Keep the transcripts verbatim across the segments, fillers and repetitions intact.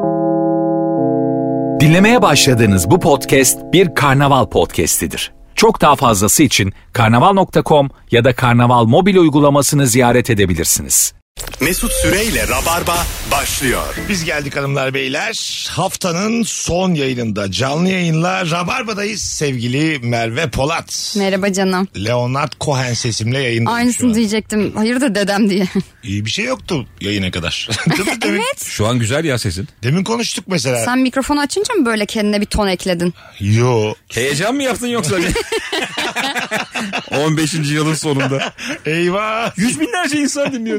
Dinlemeye başladığınız bu podcast bir karnaval podcastidir. Çok daha fazlası için karnaval nokta com ya da karnaval mobil uygulamasını ziyaret edebilirsiniz. Mesut Süreyle Rabarba başlıyor. Biz geldik hanımlar beyler. Haftanın son yayınında canlı yayınla Rabarba'dayız sevgili Merve Polat. Merhaba canım. Leonard Cohen sesimle yayındayım. Aynısını diyecektim. Hayırdır dedem diye. İyi bir şey yoktu yayına kadar. Demin, Evet. Şu an güzel ya sesin. demin konuştuk mesela. Sen mikrofonu açınca mı böyle kendine bir ton ekledin? Yo. Heyecan mı yaptın yoksa? on beşinci yılın sonunda. Eyvah. Yüz binlerce insan dinliyor.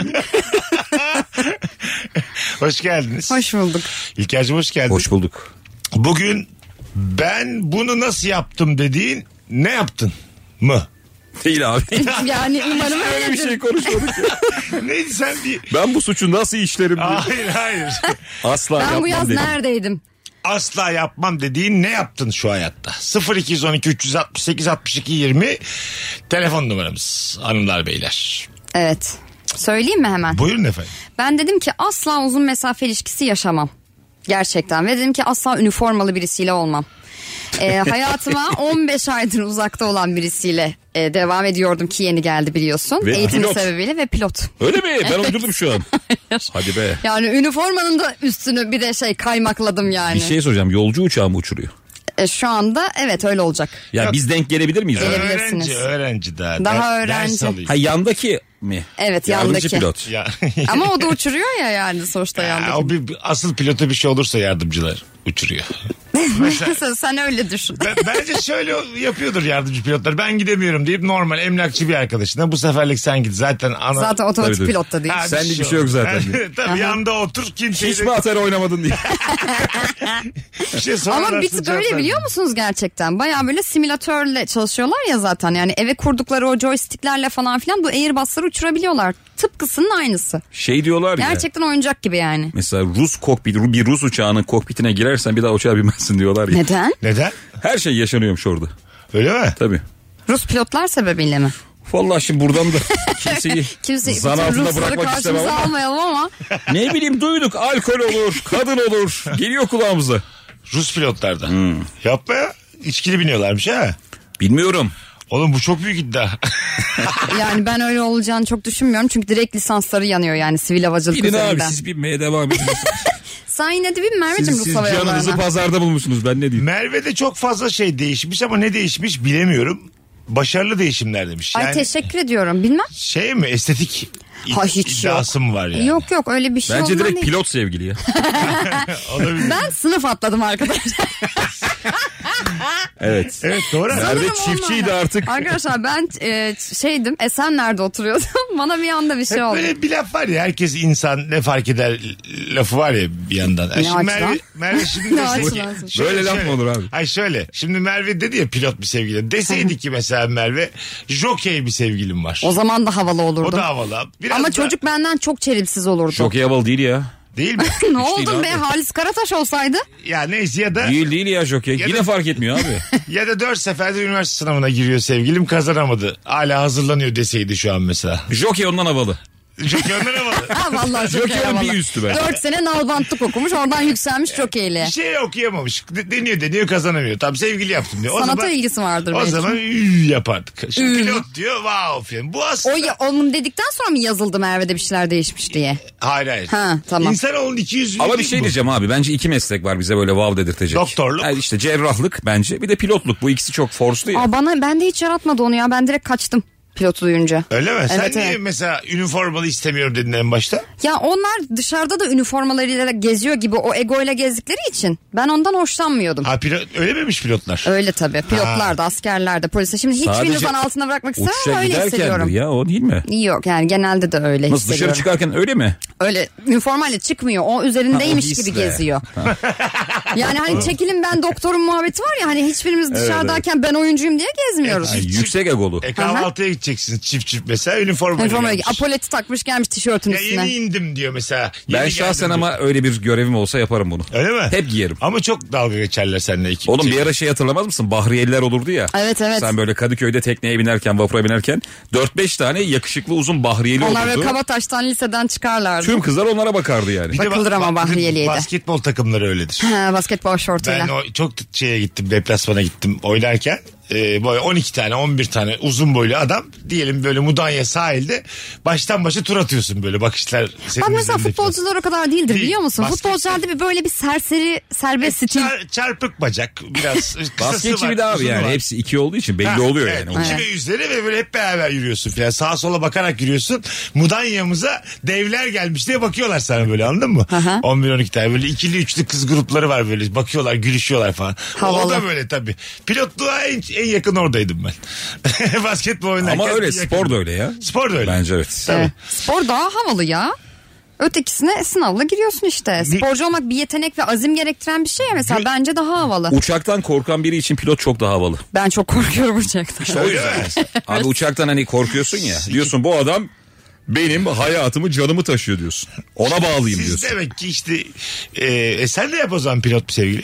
Hoş geldiniz. Hoş bulduk. İlker'cim hoş geldin. Hoş bulduk. Bugün ben bunu nasıl yaptım dediğin ne yaptın mı? Değil abi. Yani umarım Öyle bir öyledir. şey konuşmadık ya. Neydi sen bir... Ben bu suçu nasıl işlerim diye. Hayır hayır. Asla Ben bu yapmam yaz dedim. neredeydim? Asla yapmam dediğin ne yaptın şu hayatta? sıfır iki on iki üç altı sekiz altmış iki yirmi telefon numaramız hanımlar beyler. Evet. Söyleyeyim mi hemen? Buyurun efendim. Ben dedim ki asla uzun mesafe ilişkisi yaşamam. Gerçekten. Ve dedim ki asla üniformalı birisiyle olmam. Ee, hayatıma on beş aydır uzakta olan birisiyle e, devam ediyordum ki yeni geldi biliyorsun. Ve Eğitim pilot. sebebiyle ve pilot. Öyle mi? Ben uydurdum şu an. Hadi be. Yani üniformanın da üstünü bir de şey kaymakladım yani. Bir şey soracağım. Yolcu uçağı mı uçuruyor? E, şu anda evet öyle olacak. Ya Yok. biz denk gelebilir miyiz? Evet. ona? Gelebilirsiniz. Öğrenci, öğrenci daha. Daha Der- öğrenci. Ders alıyor. Ha yandaki mi? Evet, Yardımcı yandaki. pilot. Ya, Ama o da uçuruyor ya yani sonuçta ya, yandaki. o bir, bir- asıl pilota bir şey olursa yardımcılar uçuruyor. Sen, sen öyle düşün. Ben- bence şöyle yapıyordur yardımcı pilotlar. Ben gidemiyorum deyip normal emlakçı bir arkadaşına bu seferlik sen git. Zaten ana... Zaten otomatik Tabii, tabii. pilot da değil. Ha, Sende bir şey yok zaten. Tabii yanında otur kimseye Hiç de mi atar oynamadın diye. bir şey sorarlarsa Ama bir tık cevap öyle vermem. biliyor musunuz gerçekten? Baya böyle simülatörle çalışıyorlar ya zaten. Yani eve kurdukları o joysticklerle falan filan bu Airbus'ları uçurabiliyorlar. Tıpkısının aynısı. Şey diyorlar ya. Gerçekten oyuncak gibi yani. Mesela Rus kokpit, bir Rus uçağının kokpitine girersen bir daha uçağa binmezsin diyorlar ya. Neden? Neden? Her şey yaşanıyormuş orada. Öyle mi? Tabii. Rus pilotlar sebebiyle mi? Vallahi şimdi buradan da kimseyi Kimse zan bütün altında Rusları bırakmak istemem karşımıza ama. almayalım ama. Ne bileyim duyduk alkol olur, kadın olur. Geliyor kulağımıza. Rus pilotlardan. Hmm. Yapma ya. İçkili biniyorlarmış ha. Bilmiyorum. Oğlum bu çok büyük iddia. Yani ben öyle olacağını çok düşünmüyorum. Çünkü direkt lisansları yanıyor yani sivil havacılık Bilin abi üzerinden. siz binmeye devam edin. Sen yine de bin Merveciğim siz Rus siz hava canınızı yollarına. pazarda bulmuşsunuz ben ne diyeyim. Merve'de çok fazla şey değişmiş ama ne değişmiş bilemiyorum. Başarılı değişimler demiş. Ay Yani teşekkür ediyorum. Bilmem. şey mi estetik Ha, hiç iddiası mı var yani? Yok yok öyle bir şey Bence ondan direkt değil. pilot sevgili ya. Olabilir. Ben sınıf atladım arkadaşlar. Evet. Evet doğru. Merve Sanırım çiftçiydi onlarla. artık. Arkadaşlar ben e, şeydim Esenler'de oturuyordum. Bana bir anda bir şey Hep oldu. böyle bir laf var ya herkes insan ne fark eder lafı var ya bir yandan. Ay, Ne şimdi açıdan? Merve, Merve şimdi Ne deseydi açıdan? ki- şöyle, Böyle laf mı şöyle. olur abi? Ay şöyle şimdi Merve dedi ya pilot bir sevgilim. Deseydi ki mesela Merve jokey bir sevgilim var. O zaman da havalı olurdu. O da havalı. Biraz Ama da- çocuk benden çok çelimsiz olurdu. Çok iyi havalı değil ya. Değil mi? Ne Hiç oldun değil be abi. Halis Karataş olsaydı? Ya neyse ya da Değil değil ya jokey. Ya Yine da- fark etmiyor abi. ya da dört seferde üniversite sınavına giriyor sevgilim kazanamadı. Hala hazırlanıyor deseydi şu an mesela. Jokey ondan havalı. Jokey ondan havalı. Ha vallahi çok Jokey'in havalı. bir üstü be. Dört sene nalbantlık okumuş oradan yükselmiş çok eğli. Bir şey okuyamamış. De- deniyor deniyor kazanamıyor. Tam sevgili yaptım diyor. O Sanata zaman, ilgisi vardır O belki. zaman üy yapardık. Şimdi Üy. pilot diyor wow falan. Bu O aslında... ya, onun dedikten sonra mı yazıldı Merve'de bir şeyler değişmiş diye? Hayır hayır. Ha, tamam. İnsanoğlunun iki yüzlü Ama bir değil şey bu. diyeceğim abi. Bence iki meslek var bize böyle wow dedirtecek. Doktorluk. Yani işte cerrahlık bence. Bir de pilotluk. Bu ikisi çok force'lu ya. Aa, bana ben de hiç yaratmadı onu ya. Ben direkt kaçtım pilotu duyunca. Öyle mi? Sen Evet, niye evet. mesela üniformalı istemiyorum dedin en başta? Ya onlar dışarıda da üniformalarıyla geziyor gibi o egoyla gezdikleri için ben ondan hoşlanmıyordum. Ha pilot, öyle miymiş pilotlar? Öyle tabii. Pilotlar da, askerler de, polis de. Şimdi hiçbirini zan altına bırakmak istemem ama uçuşa öyle giderken hissediyorum. ya o değil mi? Yok yani genelde de öyle Nasıl hissediyorum. dışarı çıkarken öyle mi? Öyle üniformayla çıkmıyor. O üzerindeymiş Ha, o hisle. gibi geziyor. Yani hani çekilin ben doktorum muhabbeti var ya hani hiçbirimiz dışarıdayken ben oyuncuyum diye gezmiyoruz. Ay, yüksek egolu. E kahvaltıya gidecek gideceksiniz çift çift mesela üniformayla Üniformaya gelmiş. apoleti takmış gelmiş tişörtün Ya üstüne. yeni indim diyor mesela. Yeni Ben şahsen geldim ama öyle bir görevim olsa yaparım bunu. diyor. Öyle mi? Hep giyerim. Ama çok dalga geçerler seninle iki. Oğlum bir ara şey hatırlamaz mısın? Bahriyeliler olurdu ya. Evet, evet. Sen böyle Kadıköy'de tekneye binerken, vapura binerken dört beş tane yakışıklı uzun bahriyeli Onlar olurdu. böyle Kabataş'tan liseden çıkarlardı. Tüm kızlar onlara bakardı yani. Bir de Bakılır ba- ama ba- Bahriyeli'ye de. Basketbol takımları öyledir. Ha, basketbol şortuyla. Ben o, çok şeye gittim, deplasmana gittim oynarken. E, böyle on iki tane on bir tane uzun boylu adam diyelim böyle Mudanya sahilde baştan başa tur atıyorsun böyle bakışlar. Bak mesela futbolcular o kadar değildir Değil. biliyor musun? Basket- Futbolcularda bir böyle bir serseri serbest stil. Çar, çarpık bacak biraz kısası Basketçi var, bir de abi uzun yani var. hepsi iki olduğu için belli Ha, oluyor evet, yani. iki ve üzeri ve böyle hep beraber yürüyorsun falan. Sağa sola bakarak yürüyorsun. Mudanya'mıza devler gelmiş diye bakıyorlar sana böyle anladın mı? Aha. on bir on iki tane böyle ikili üçlü kız grupları var böyle bakıyorlar gülüşüyorlar falan. Havalı. O da böyle tabii. Pilotluğa en, en yakın oradaydım ben. Basketbol oynarken. Ama öyle yakın. spor da öyle ya. Spor da öyle. Bence evet. Tabii. Evet. Spor daha havalı ya. Ötekisine sınavla giriyorsun işte. Bir- Sporcu olmak bir yetenek ve azim gerektiren bir şey ya mesela. Bir- Bence daha havalı. Uçaktan korkan biri için pilot çok daha havalı. Ben çok korkuyorum uçaktan. O yüzden. Abi uçaktan hani korkuyorsun ya. Diyorsun bu adam benim hayatımı canımı taşıyor diyorsun. Ona bağlıyım Siz diyorsun. demek ki işte e, e, sen de yap o zaman pilot bir sevgili.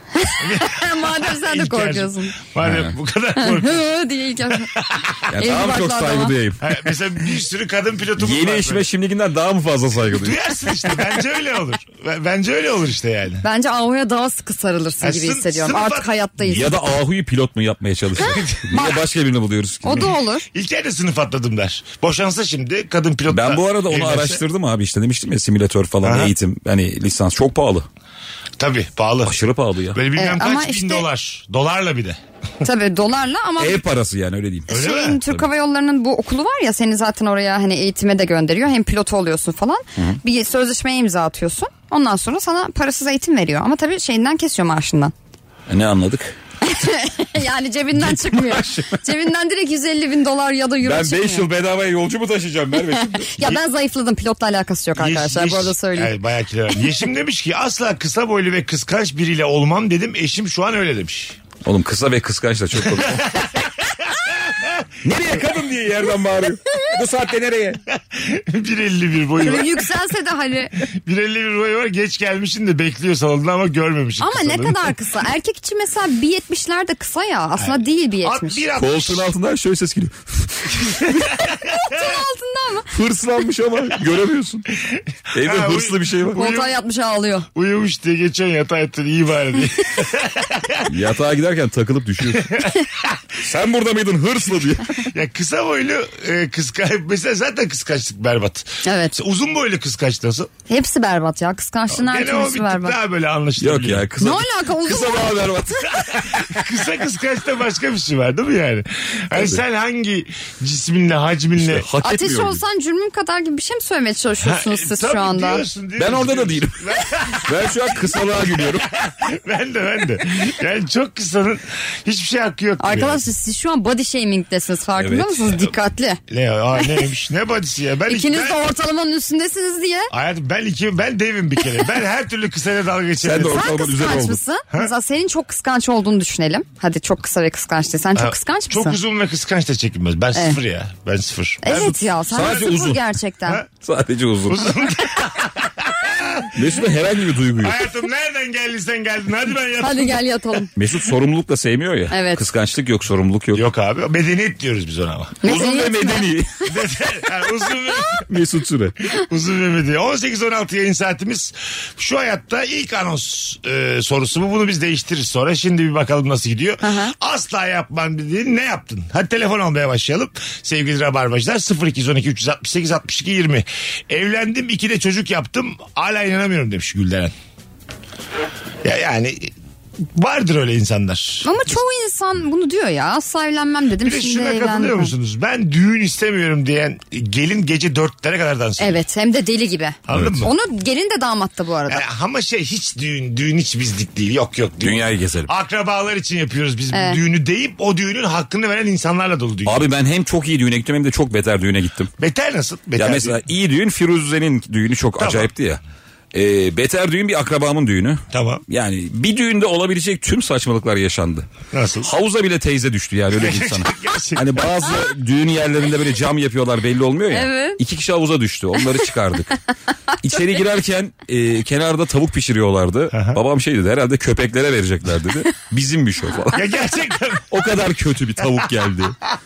Madem sen de İlker'cim. korkuyorsun. Madem bu kadar korkuyorsun. diye ilk Ya Evli daha mı çok barklı saygı adama. duyayım? Ha, mesela bir sürü kadın pilotumuz var. Yeni eşime böyle. şimdikinden daha mı fazla saygı duyuyorum? Duyarsın işte bence öyle olur. B- Bence öyle olur işte yani. Bence Ahu'ya daha sıkı sarılırsın Ha, gibi sın- hissediyorum. sınıf Artık at- hayattayız. Ya da Ahu'yu pilot mu yapmaya çalışıyorum? Niye başka birini buluyoruz ki? O da olur. İlker de sınıf atladım der. Boşansa şimdi kadın pilot. Ben bu arada onu evlense- araştırdım abi işte demiştim ya simülatör falan Aha. eğitim hani lisans çok pahalı. Tabii pahalı. Aşırı pahalı ya. Böyle bilmem Evet, kaç ama bin işte- dolar. Dolarla bir de. Tabii dolarla ama Ev parası yani öyle diyeyim. Öyle şeyin mi? Türk Hava Yolları'nın bu okulu var ya seni zaten oraya hani eğitime de gönderiyor. Hem pilot oluyorsun falan. Bir sözleşmeye imza atıyorsun. Ondan sonra sana parasız eğitim veriyor. Ama tabii şeyinden kesiyor maaşından. E, ne anladık? Yani cebinden çıkmıyor. Cebinden direkt yüz elli bin dolar ya da euro Ben çıkmıyor. beş yıl bedavaya yolcu mu taşıyacağım Merve şimdi? Ya ben zayıfladım, pilotla alakası yok arkadaşlar. Yeş- Bu arada yeş- söyleyeyim. Evet, bayağı kilo verdim. Yeşim demiş ki asla kısa boylu ve kıskanç biriyle olmam dedim. Eşim şu an öyle demiş. Oğlum kısa ve kıskanç da çok komik. Nereye kadın diye yerden bağırıyor. Bu saatte nereye? bir elli bir boyu var. Böyle yükselse de hani. bir elli bir boyu var. Geç gelmişsin de bekliyor salonda ama görmemişsin. Ama ne kısalığını. kadar kısa. Erkek için mesela bir yetmişler de kısa ya. Aslında değil bir At- yetmiş. bir altmış. Koltuğun altından şöyle ses geliyor. altından mı? Hırslanmış ama göremiyorsun. Evde Ha, hırslı uy- bir şey var. Koltuğa yatmış ağlıyor. Uyumuş diye geçen yatağa yattın iyi bari diye. Yatağa giderken takılıp düşüyorsun. Sen burada mıydın hırslı diye. Ya kısa boylu e, kıskanç. Mesela zaten kıskançlık berbat. Evet. Uzun boylu kıskanç nasıl? Hepsi berbat ya. Kıskançlığın her Gene o bir türlüsü tık berbat. daha böyle anlaşılabiliyor. Yok ya kısa. Ne alaka? Uzun Kısa boy- daha berbat. Kısa kıskançta başka bir şey var değil mi yani? Hani sen hangi cisminle, hacminle... Hak Ateş etmiyor. olsan cürmüm kadar gibi bir şey mi söylemeye çalışıyorsunuz siz Tabii şu anda? diyorsun, diyorsun, Ben orada da diyorsun. değilim. Ben şu an kısalığa gülüyorum. Ben de ben de. Yani çok kısanın hiçbir şey hakkı yok. gibi Arkadaşlar siz şu an body shaming'desiniz farkında Evet. mısınız? Dikkatli. yani. Ne ya? Aa, neymiş? Ne body'si ya? Ben İkiniz ben, de ortalamanın üstündesiniz diye. Hayatım ben iki ben devim bir kere. Ben her türlü kısayla dalga geçerim. Sen de Sen ortalamanın üzeri kıskanç oldun. mısın? Mesela senin çok kıskanç olduğunu düşünelim. Hadi çok kısa ve kıskanç değil. Sen çok Ha, kıskanç mısın? Çok uzun ve kıskanç da çekilmez. Ben sıfır ya. Ben sıfır. Ben- Evet ya sen Sadece sıfır uzun. gerçekten. Ha? Sadece uzun. Mesut'a herhangi bir duygu yok. Hayatım nereden geldin sen geldin? Hadi ben yatayım. Hadi gel yatalım. Mesut sorumluluk da sevmiyor ya. Evet. Kıskançlık yok, sorumluluk yok. Yok abi. Medeniyet diyoruz biz ona ama. Uzun ve Medeniyet mi? medeni. Yani uzun ve Mesut Süre. uzun ve medeni. on sekiz on altı yayın saatimiz. Şu hayatta ilk anons e, sorusu bu. Bunu biz değiştiririz sonra. Şimdi bir bakalım nasıl gidiyor. Aha. Asla yapmam dediğin ne yaptın? Hadi telefon almaya başlayalım. Sevgili Rabarbacılar sıfır iki on iki üç altı sekiz altmış iki yirmi. Evlendim, iki de çocuk yaptım. Hala inanamıyorum demiş Gülderen. Ya yani vardır öyle insanlar. Ama çoğu insan bunu diyor ya. Asla evlenmem dedim. Bir de Şimdi şuna katılıyor evlendim. musunuz? Ben düğün istemiyorum diyen gelin gece dörtlere kadar dans ediyor. Evet hem de deli gibi. Anladın mı? Onu gelin de damat da bu arada. Yani ama şey hiç düğün, düğün hiç bizlik değil. Yok yok. Düğün. Dünyayı gezelim. Akrabalar için yapıyoruz biz Evet. bu düğünü deyip o düğünün hakkını veren insanlarla dolu düğün. Abi ben hem çok iyi düğüne gittim hem de çok beter düğüne gittim. Beter nasıl? Beter Ya mesela iyi düğün Firuze'nin düğünü çok Tamam. acayipti ya. Ee, beter düğün bir akrabamın düğünü. Tamam. Yani bir düğünde olabilecek tüm saçmalıklar yaşandı. Nasıl? Havuza bile teyze düştü yani, öyle diyeyim sana. Gerçekten. Hani bazı düğün yerlerinde böyle cam yapıyorlar, belli olmuyor ya. Evet. İki kişi havuza düştü, onları çıkardık. İçeri girerken e, kenarda tavuk pişiriyorlardı. Babam şey dedi, herhalde köpeklere verecekler dedi. Bizimmiş o falan. Ya gerçekten. O kadar kötü bir tavuk geldi.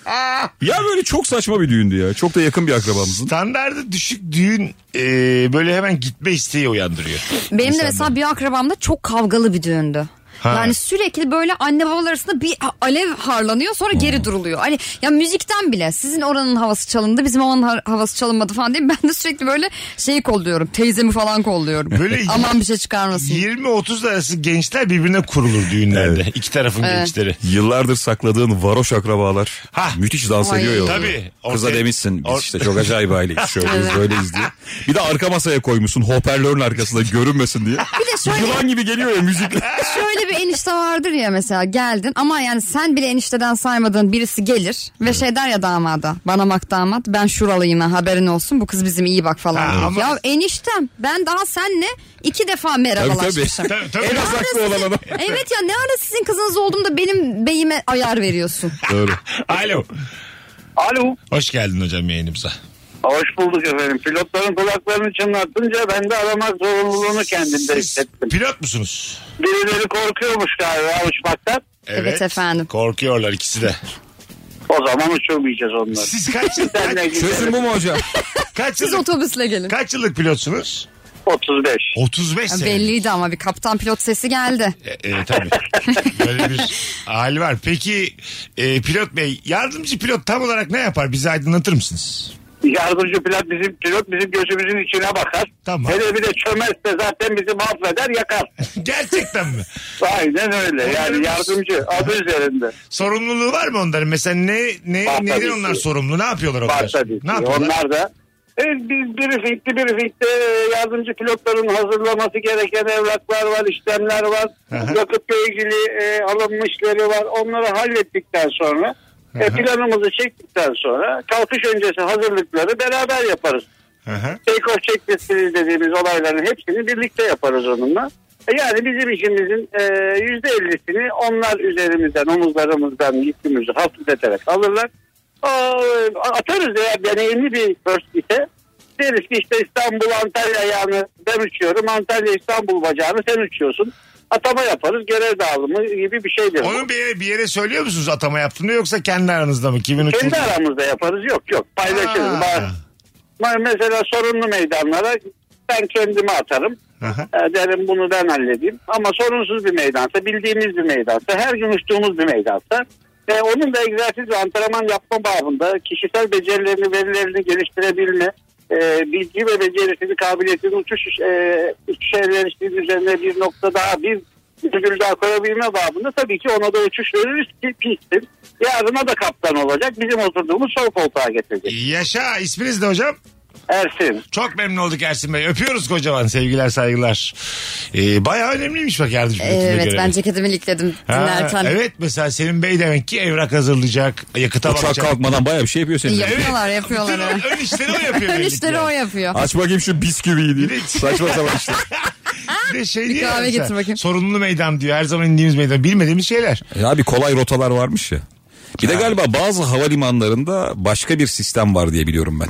Ya böyle çok saçma bir düğündü ya. Çok da yakın bir akrabamızın. Standardı düşük düğün e, böyle hemen gitme isteği uyandırıyor. Benim İnsanda. de mesela bir akrabamda çok kavgalı bir düğündü. Ha. Yani sürekli böyle anne babalar arasında bir alev harlanıyor, sonra geri duruluyor. Hani ya müzikten bile sizin oranın havası çalındı, bizim oranın ha- havası çalınmadı falan diye ben de sürekli böyle şeyi kolluyorum. Teyzemi falan kolluyorum. Böyle Aman bir şey çıkarmasın. yirmi otuz arası gençler birbirine kurulur düğünlerde. İki tarafın gençleri. Yıllardır sakladığın varoş akrabalar Ha. müthiş dans Ay. ediyor ya. Tabii. Kıza Ortaya- demişsin biz Or- işte çok acayip aileyiz, şöyleyiz böyleyiz diye. Bir de arka masaya koymuşsun hoparlörün arkasında görünmesin diye. Bir de şöyle, Yılan gibi geliyor ya müzikle. şöyle bir enişte vardır ya, mesela geldin ama yani sen bile enişteden saymadığın birisi gelir ve şey der ya damada, bana bak damat, ben şuralıyım ha, haberin olsun, bu kız bizim, iyi bak falan. Ha, diyor. ama- Ya eniştem, ben daha senle iki defa merhabalaşmışım. Tabii, tabii. En az haklı olan adam. Evet ya, ne ara sizin kızınız oldum da benim beyime ayar veriyorsun. Doğru. Alo. Alo. Hoş geldin hocam yayınımıza. Hoş bulduk efendim. Pilotların kulaklarını çınlatınca ben de aramak zorunluluğunu kendimde Siz hissettim. pilot musunuz? Birileri korkuyormuş galiba uçmaktan. Evet efendim. Korkuyorlar ikisi de. O zaman uçurmayacağız onları. Siz kaç, Senle kaç, gidelim. Çözüm bu mu hocam? kaç Siz yıllık, otobüsle gelin. kaç yıllık pilotsunuz? otuz beş. otuz beş Ya sene. belliydi ama bir kaptan pilot sesi geldi. E, e, tabii. Böyle bir hali var. Peki e, pilot bey, yardımcı pilot tam olarak ne yapar? Bizi aydınlatır mısınız? Yardımcı pilot bizim pilot bizim gözümüzün içine bakar. Tamam. Hele bir de çömezse zaten bizi mahveder, yakar. Gerçekten mi? Aynen öyle. Yani yardımcı adı üzerinde. Sorumluluğu var mı onların? Mesela ne, ne Var neden tabii onlar ki. sorumlu? Ne yapıyorlar onlar? Var tabii ki. Ne yapıyorlar? Onlar da evet, biz briefingli briefingde yardımcı pilotların hazırlaması gereken evraklar var, işlemler var. Aha. Yakıtla ilgili e, alınmışları var. Onları hallettikten sonra e, planımızı çektikten sonra kalkış öncesi hazırlıkları beraber yaparız. Aha. Take-off checklist dediğimiz olayların hepsini birlikte yaparız onunla. E, Yani bizim işimizin e, yüzde ellisini onlar üzerimizden, omuzlarımızdan yükümüzü hafifleterek alırlar. Aa, atarız eğer deneyimli bir first ise. Deriz ki işte İstanbul Antalya ayağını ben uçuyorum, Antalya İstanbul bacağını sen uçuyorsun. Atama yaparız, görev dağılımı gibi bir şeydir. Onu bir yere, bir yere söylüyor musunuz atama yaptığını, yoksa kendi aranızda mı? Kimin uçurdu? Kendi aramızda yaparız, yok yok paylaşırız. Aa. Ba- Mesela sorunlu meydanlara ben kendimi atarım. Aha. E, derim bunu ben halledeyim. Ama sorunsuz bir meydansa, bildiğimiz bir meydansa, her gün uçtuğumuz bir meydansa ve onun da egzersiz ve antrenman yapma babında kişisel becerilerini, verilerini geliştirebilme, e, bilgi ve becerisini, kabiliyetini, uçuş e, uçuş elverişliğinin üzerine bir nokta daha, bir virgül daha koyabilme babında tabii ki ona da uçuş veririz ki pistin. Yarına da kaptan olacak. Bizim oturduğumuz sol koltuğa getirecek. Yaşa, isminiz de hocam? Ersin. Çok memnun olduk Ersin Bey. Öpüyoruz kocaman. Sevgiler, saygılar. Ee, bayağı önemliymiş bak yardımcı pilotun Evet, görevi. ben ceketimi likledim Ha, dinlerken. evet, mesela senin bey demek ki evrak hazırlayacak, yakıta Uçak bakacak. kalkmadan bayağı bir şey yapıyor senin. Yapıyorlar, yapıyorlar. Bütün ön işleri o yapıyor. Ön belli işleri ki. o yapıyor. Aç bakayım şu bisküviyi diye. Saçma sapan işte. Bir de şey Bir diyor kahve ya mesela, getir bakayım. sorumlu meydan diyor. Her zaman indiğimiz meydan. Bilmediğimiz şeyler. Ya bir kolay rotalar varmış ya. Bir de galiba bazı havalimanlarında başka bir sistem var diye biliyorum ben.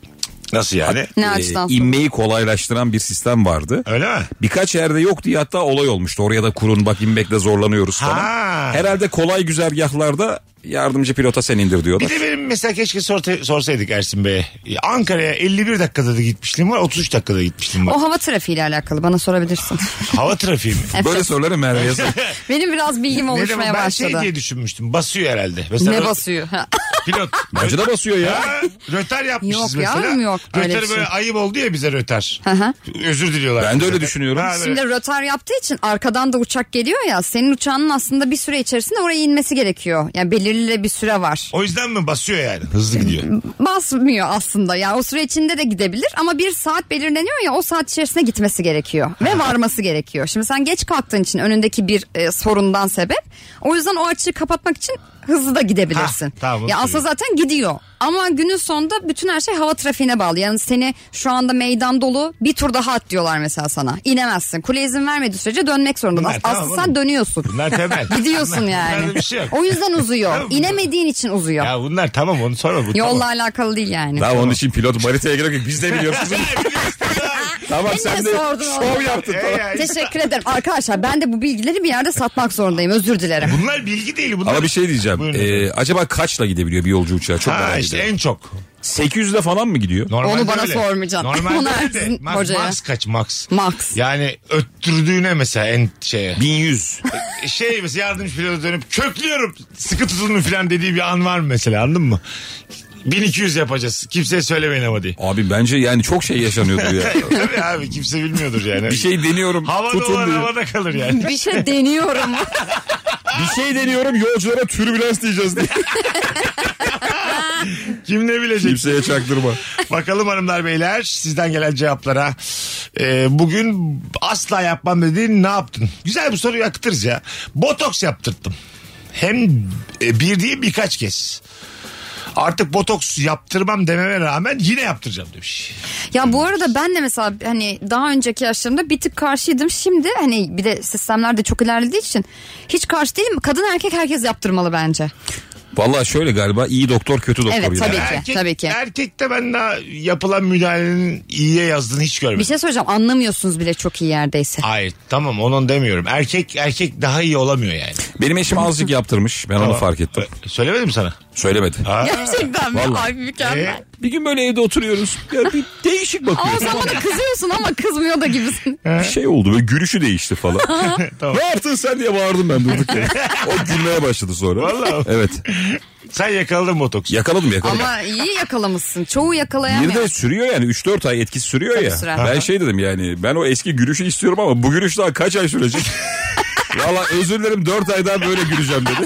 Nasıl yani? Ne Ee, açıdan? inmeyi kolaylaştıran bir sistem vardı. Öyle mi? Birkaç yerde yok diye hatta olay olmuştu. Oraya da kurun bak, inmekle zorlanıyoruz falan. Ha. Herhalde kolay güzergahlarda yardımcı pilota sen indir diyorlar. Bir de benim mesela keşke sorte, sorsaydık Ersin Bey'e. Ankara'ya elli bir dakikada da gitmişliğim var, otuz üç dakikada gitmişliğim var. O hava trafiğiyle alakalı, bana sorabilirsin. Hava trafiği mi? Böyle soruları Merve yazın. Benim biraz bilgim Ne demek, oluşmaya ben başladı. şey diye düşünmüştüm. Basıyor herhalde. Mesela Ne rö- basıyor? Pilot. Bence de basıyor ya. Ha, röter yapmışız Yok mesela. yavrum, yok öyle Röter bir böyle şey. ayıp oldu ya bize röter. Hı hı. Özür diliyorlar. Ben de öyle düşünüyorum. Ha, böyle. Şimdi rötar yaptığı için arkadan da uçak geliyor ya, senin uçağının aslında bir süre içerisinde oraya inmesi gerekiyor. Yani belirli bir süre var. O yüzden mi basıyor yani? Hızlı gidiyor. Basmıyor aslında, yani o süre içinde de gidebilir ama bir saat belirleniyor ya, o saat içerisinde gitmesi gerekiyor ve varması gerekiyor. Şimdi sen geç kalktığın için önündeki bir e, sorundan sebep, o yüzden o açığı kapatmak için hızlı da gidebilirsin. Ha, tamam, ya aslında söyleyeyim. zaten gidiyor. Ama günün sonunda bütün her şey hava trafiğine bağlı. Yani seni şu anda meydan dolu, bir tur daha at diyorlar mesela sana. İnemezsin. Kule izin vermediği sürece dönmek zorundasın. Bunlar Aslında tamam sen oğlum. dönüyorsun. Bunlar temel. Gidiyorsun Bunlar- yani. bunlarda bir şey yok. O yüzden uzuyor. Tamam, bunlar- İnemediğin için uzuyor. Ya bunlar tamam onu sorma. Bu Yolla tamam. alakalı değil yani. Daha onun için pilot maritaya gerek yok. Biz de biliyoruz. Tamam sen Beni de sordun şov oğlum. yaptın. E Tamam. ya, Teşekkür ederim. Arkadaşlar ben de bu bilgileri bir yerde satmak zorundayım. Özür dilerim. Bunlar bilgi değil. Bunlar... Ama bir şey diyeceğim. Buyurun Ee, efendim. acaba kaçla gidebiliyor bir yolcu uçağı? Çok Ha merak işte ediyorum. en çok. sekiz yüzde falan mı gidiyor? Normalde Onu bana öyle. sormayacaksın. Normalde Onu öyle de. Ersin Max, hocaya. Max kaç Max? Max. Yani öttürdüğüne mesela en şeye. bin yüz. Şey mesela yardımcı pilota dönüp köklüyorum sıkı tutun mu falan dediği bir an var mı mesela, anladın mı? bin iki yüz yapacağız. Kimseye söylemeyin ama diye. Abi bence yani çok şey yaşanıyordur ya. Tabii abi kimse bilmiyordur yani. Bir şey deniyorum. havada tutun olan diyor. havada kalır yani. Bir şey deniyorum. Bir şey deniyorum yolculara türbülans diyeceğiz diye. Kim ne bilecek? Kimseye çaktırma. Bakalım hanımlar beyler sizden gelen cevaplara. Ee, bugün asla yapmam dediğin ne yaptın? Güzel bir soruyu akıtırız ya. Botoks yaptırttım. Hem e, bir değil birkaç kez. Artık botoks yaptırmam dememe rağmen yine yaptıracağım demiş. Ya bu arada ben de mesela hani daha önceki yaşlarımda bir tık karşıydım. Şimdi hani bir de sistemler de çok ilerlediği için hiç karşı değilim. Kadın erkek herkes yaptırmalı bence. Vallahi şöyle galiba iyi doktor kötü doktor. Evet, bir tabii de. ki. Erkek, tabii ki. Erkekte ben daha yapılan müdahalenin iyiye yazdığını hiç görmedim. Bir şey söyleyeceğim, anlamıyorsunuz bile çok iyi yerdeyse. Hayır tamam onun demiyorum. Erkek erkek daha iyi olamıyor yani. Benim eşim azıcık yaptırmış. Ben onu Tamam. fark ettim. Ee, Söylemedim mi sana? Söylemedi. Ha? Gerçekten mi? Vallahi. Ay mükemmel. Ee? Bir gün böyle evde oturuyoruz. Ya bir değişik Ama bakıyor. sen bana kızıyorsun ama kızmıyor da gibisin. Bir şey oldu ve gülüşü değişti falan. Tamam. Ne yaptın sen diye bağırdım ben durduk yere. O gülmeye başladı sonra. Vallahi. Evet. Sen yakaladın botoksu. Yakaladım yakaladım. Ama iyi yakalamışsın. Çoğu Bir yakalayamıyor. de sürüyor yani üç dört ay etkisi sürüyor Tabii ya. sürer. Ben şey dedim yani ben o eski gülüşü istiyorum ama bu gülüş daha kaç ay sürecek? Valla özür dilerim dört ay daha böyle güleceğim dedi.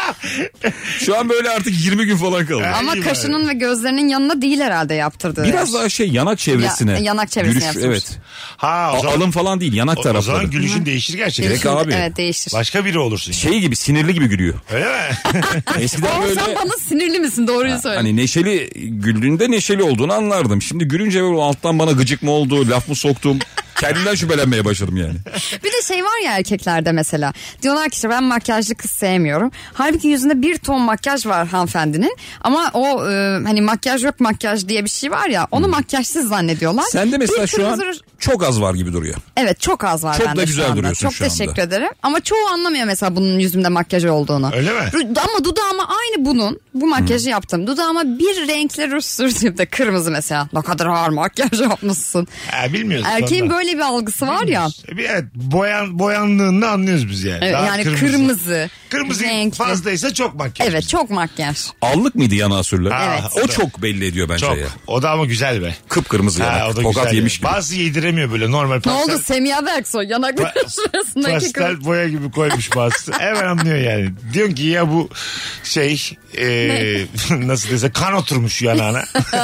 Şu an böyle artık yirmi gün falan kaldı. Ama İyi kaşının ve gözlerinin yanına değil herhalde yaptırdığı. Biraz daha şey yanak çevresine. Ya- yanak çevresine Gülüş, yaptırmış. evet. Ha o A- zaman, alın falan değil yanak o, o tarafları. zaman gülüşün değişir gerçekten. Direkt abi. Evet değişir. Başka biri olursun. Şey gibi sinirli gibi gülüyor. Öyle mi? Eskiden Ama böyle sen bana sinirli misin? Doğruyu söyle. hani neşeli güldüğünde neşeli olduğunu anlardım. Şimdi gülünce böyle alttan bana gıcık mı oldu, laf mı soktum? Kendimden şüphelenmeye başladım yani. Bir de şey var ya erkeklerde mesela. Diyorlar ki işte ben makyajlı kız sevmiyorum. Halbuki yüzünde bir ton makyaj var hanımefendinin. Ama o e, hani makyaj yok makyaj diye bir şey var ya. Onu makyajsız zannediyorlar. Sende mesela Bir şu an kırmızı- çok az var gibi duruyor. Evet çok az var Çok bende da şu güzel anda. duruyorsun Çok şu anda. teşekkür ederim. Ama çoğu anlamıyor mesela bunun yüzümde makyaj olduğunu. Öyle mi? Ru- Ama dudağıma aynı bunun. Bu makyajı yaptım. Dudağıma bir renkli ruj sürdüğümde kırmızı mesela. Ne kadar ağır makyaj yapmışsın. Ha, bilmiyoruz. Erkeğin ondan. böyle bir algısı var ya. Bir evet boyan, boyandığını anlıyoruz biz yani. Evet, Daha yani kırmızı, Kırmızı renkli. fazlaysa çok makyaj. Evet çok makyaj. Allık mıydı yanağı sürülen? Ha, Evet. O o da- çok belli ediyor bence Çok. ya. O da ama güzel be. Kıpkırmızı Ha, yanak. o da Tokat güzel. yemiş yani. gibi. Bazı yediremiyor böyle normal Ne pastel. oldu Semiha Berksoy yanakları şurasındaki kırmızı. Pastel boya gibi koymuş bazısı. Hemen anlıyor yani. Diyorsun ki ya bu şey e, nasıl dese kan oturmuş yanağına.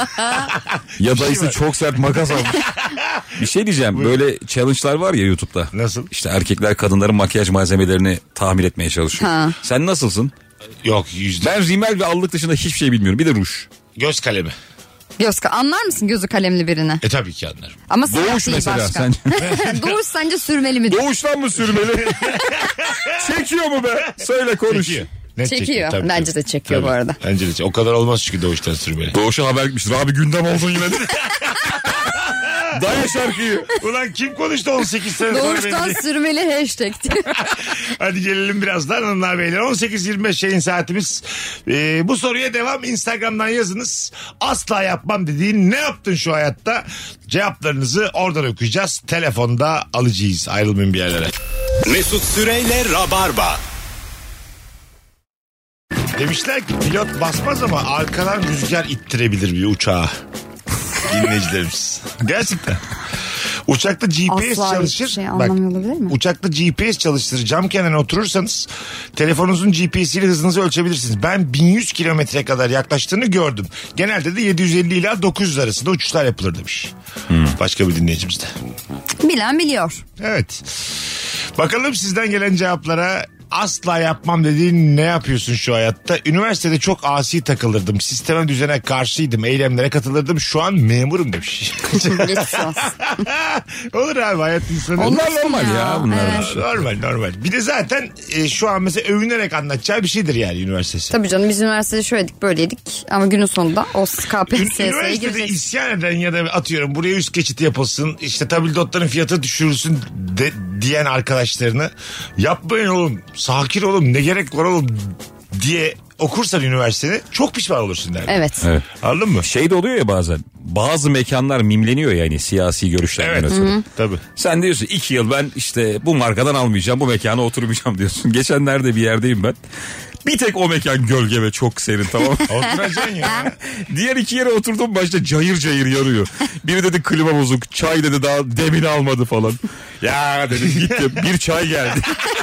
Ya Bir şey dayısı var. çok sert makas almış. Bir şey diyeceğim. Böyle challenge'lar var ya YouTube'da. Nasıl? İşte erkekler kadınların makyaj malzemelerini tahmin etmeye çalışıyor. Ha. Sen nasılsın? Yok yüzde. Ben rimel ve allık dışında hiçbir şey bilmiyorum. Bir de ruj. Göz kalemi. Göz ka- anlar mısın gözü kalemli birini? E tabii ki anlarım. Ama siyah Doğuş değil mesela. başka. Sen... Doğuş sence sürmeli mi? Doğuştan mı sürmeli? Çekiyor mu be? Söyle konuş. Çekiyor. Net Çekiyor. tabii, Bence tabii. de çekiyor bu Tabii. arada. Bence de çekiyor. O kadar olmaz çünkü doğuştan sürmeli. Doğuş'a haber gitmiştir. Abi gündem oldun yine. Daya şarkıyı. Ulan kim konuştu on sekiz sene sonra Doğuştan beni? sürmeli hashtag diyor. Hadi gelelim birazdan hanımlar beyler. on sekiz yirmi beş yayın saatimiz. Ee, bu soruya devam. Instagram'dan yazınız. Asla yapmam dediğin ne yaptın şu hayatta? Cevaplarınızı oradan okuyacağız. Telefonda alacağız. Ayrılmayın bir yerlere. Mesut Süreyle Rabarba. Demişler ki pilot basmaz ama arkadan rüzgar ittirebilir bir uçağı. Dinleyicilerimiz. Gerçekten. Uçakta G P S Asla çalışır. hiçbir şey Bak, anlamıyor olabilir mi? uçakta G P S çalıştırır. Cam kenarına oturursanız telefonunuzun G P S ile hızınızı ölçebilirsiniz. Ben bin yüz kilometreye kadar yaklaştığını gördüm. Genelde de yedi yüz elli ila dokuz yüz arasında uçuşlar yapılır demiş. Başka bir dinleyicimiz de. Bilen biliyor. Evet. Bakalım sizden gelen cevaplara asla yapmam dediğin ne yapıyorsun şu hayatta? Üniversitede çok asi takılırdım. Sisteme düzene karşıydım. Eylemlere katılırdım. Şu an memurum demiş. Geçmiş olsun. Olur abi, hayat insanı. Onlar normal ya, ya, bunlar. evet. Normal normal. Bir de zaten e, şu an mesela övünerek anlatacağı bir şeydir yani üniversitesi. Tabii canım, biz üniversitede şöyledik böyleydik ama günün sonunda o K P S S'ye Üniversitede girecek. isyan eden ya da atıyorum buraya üst geçit yapılsın, işte tabildotların fiyatı düşürülsün de, diyen arkadaşlarını yapmayın oğlum, sakin olun, ne gerek var oğlum diye okursan üniversiteni çok pişman olursun derler. Evet. Evet. Anladın mı? Şey de oluyor ya bazen. Bazı mekanlar mimleniyor yani siyasi görüşlerden Evet. ötürü. Tabii. Sen diyorsun iki yıl ben işte bu markadan almayacağım, bu mekana oturmayacağım diyorsun. Geçenlerde bir yerdeyim ben. Bir tek o mekan gölge ve çok serin, tamam mı? Oturacaksın ya. Diğer iki yere oturdum, başta cayır cayır yarıyor. Biri dedi klima bozuk, çay dedi daha demini almadı falan. Ya dedim gitti, bir çay geldi.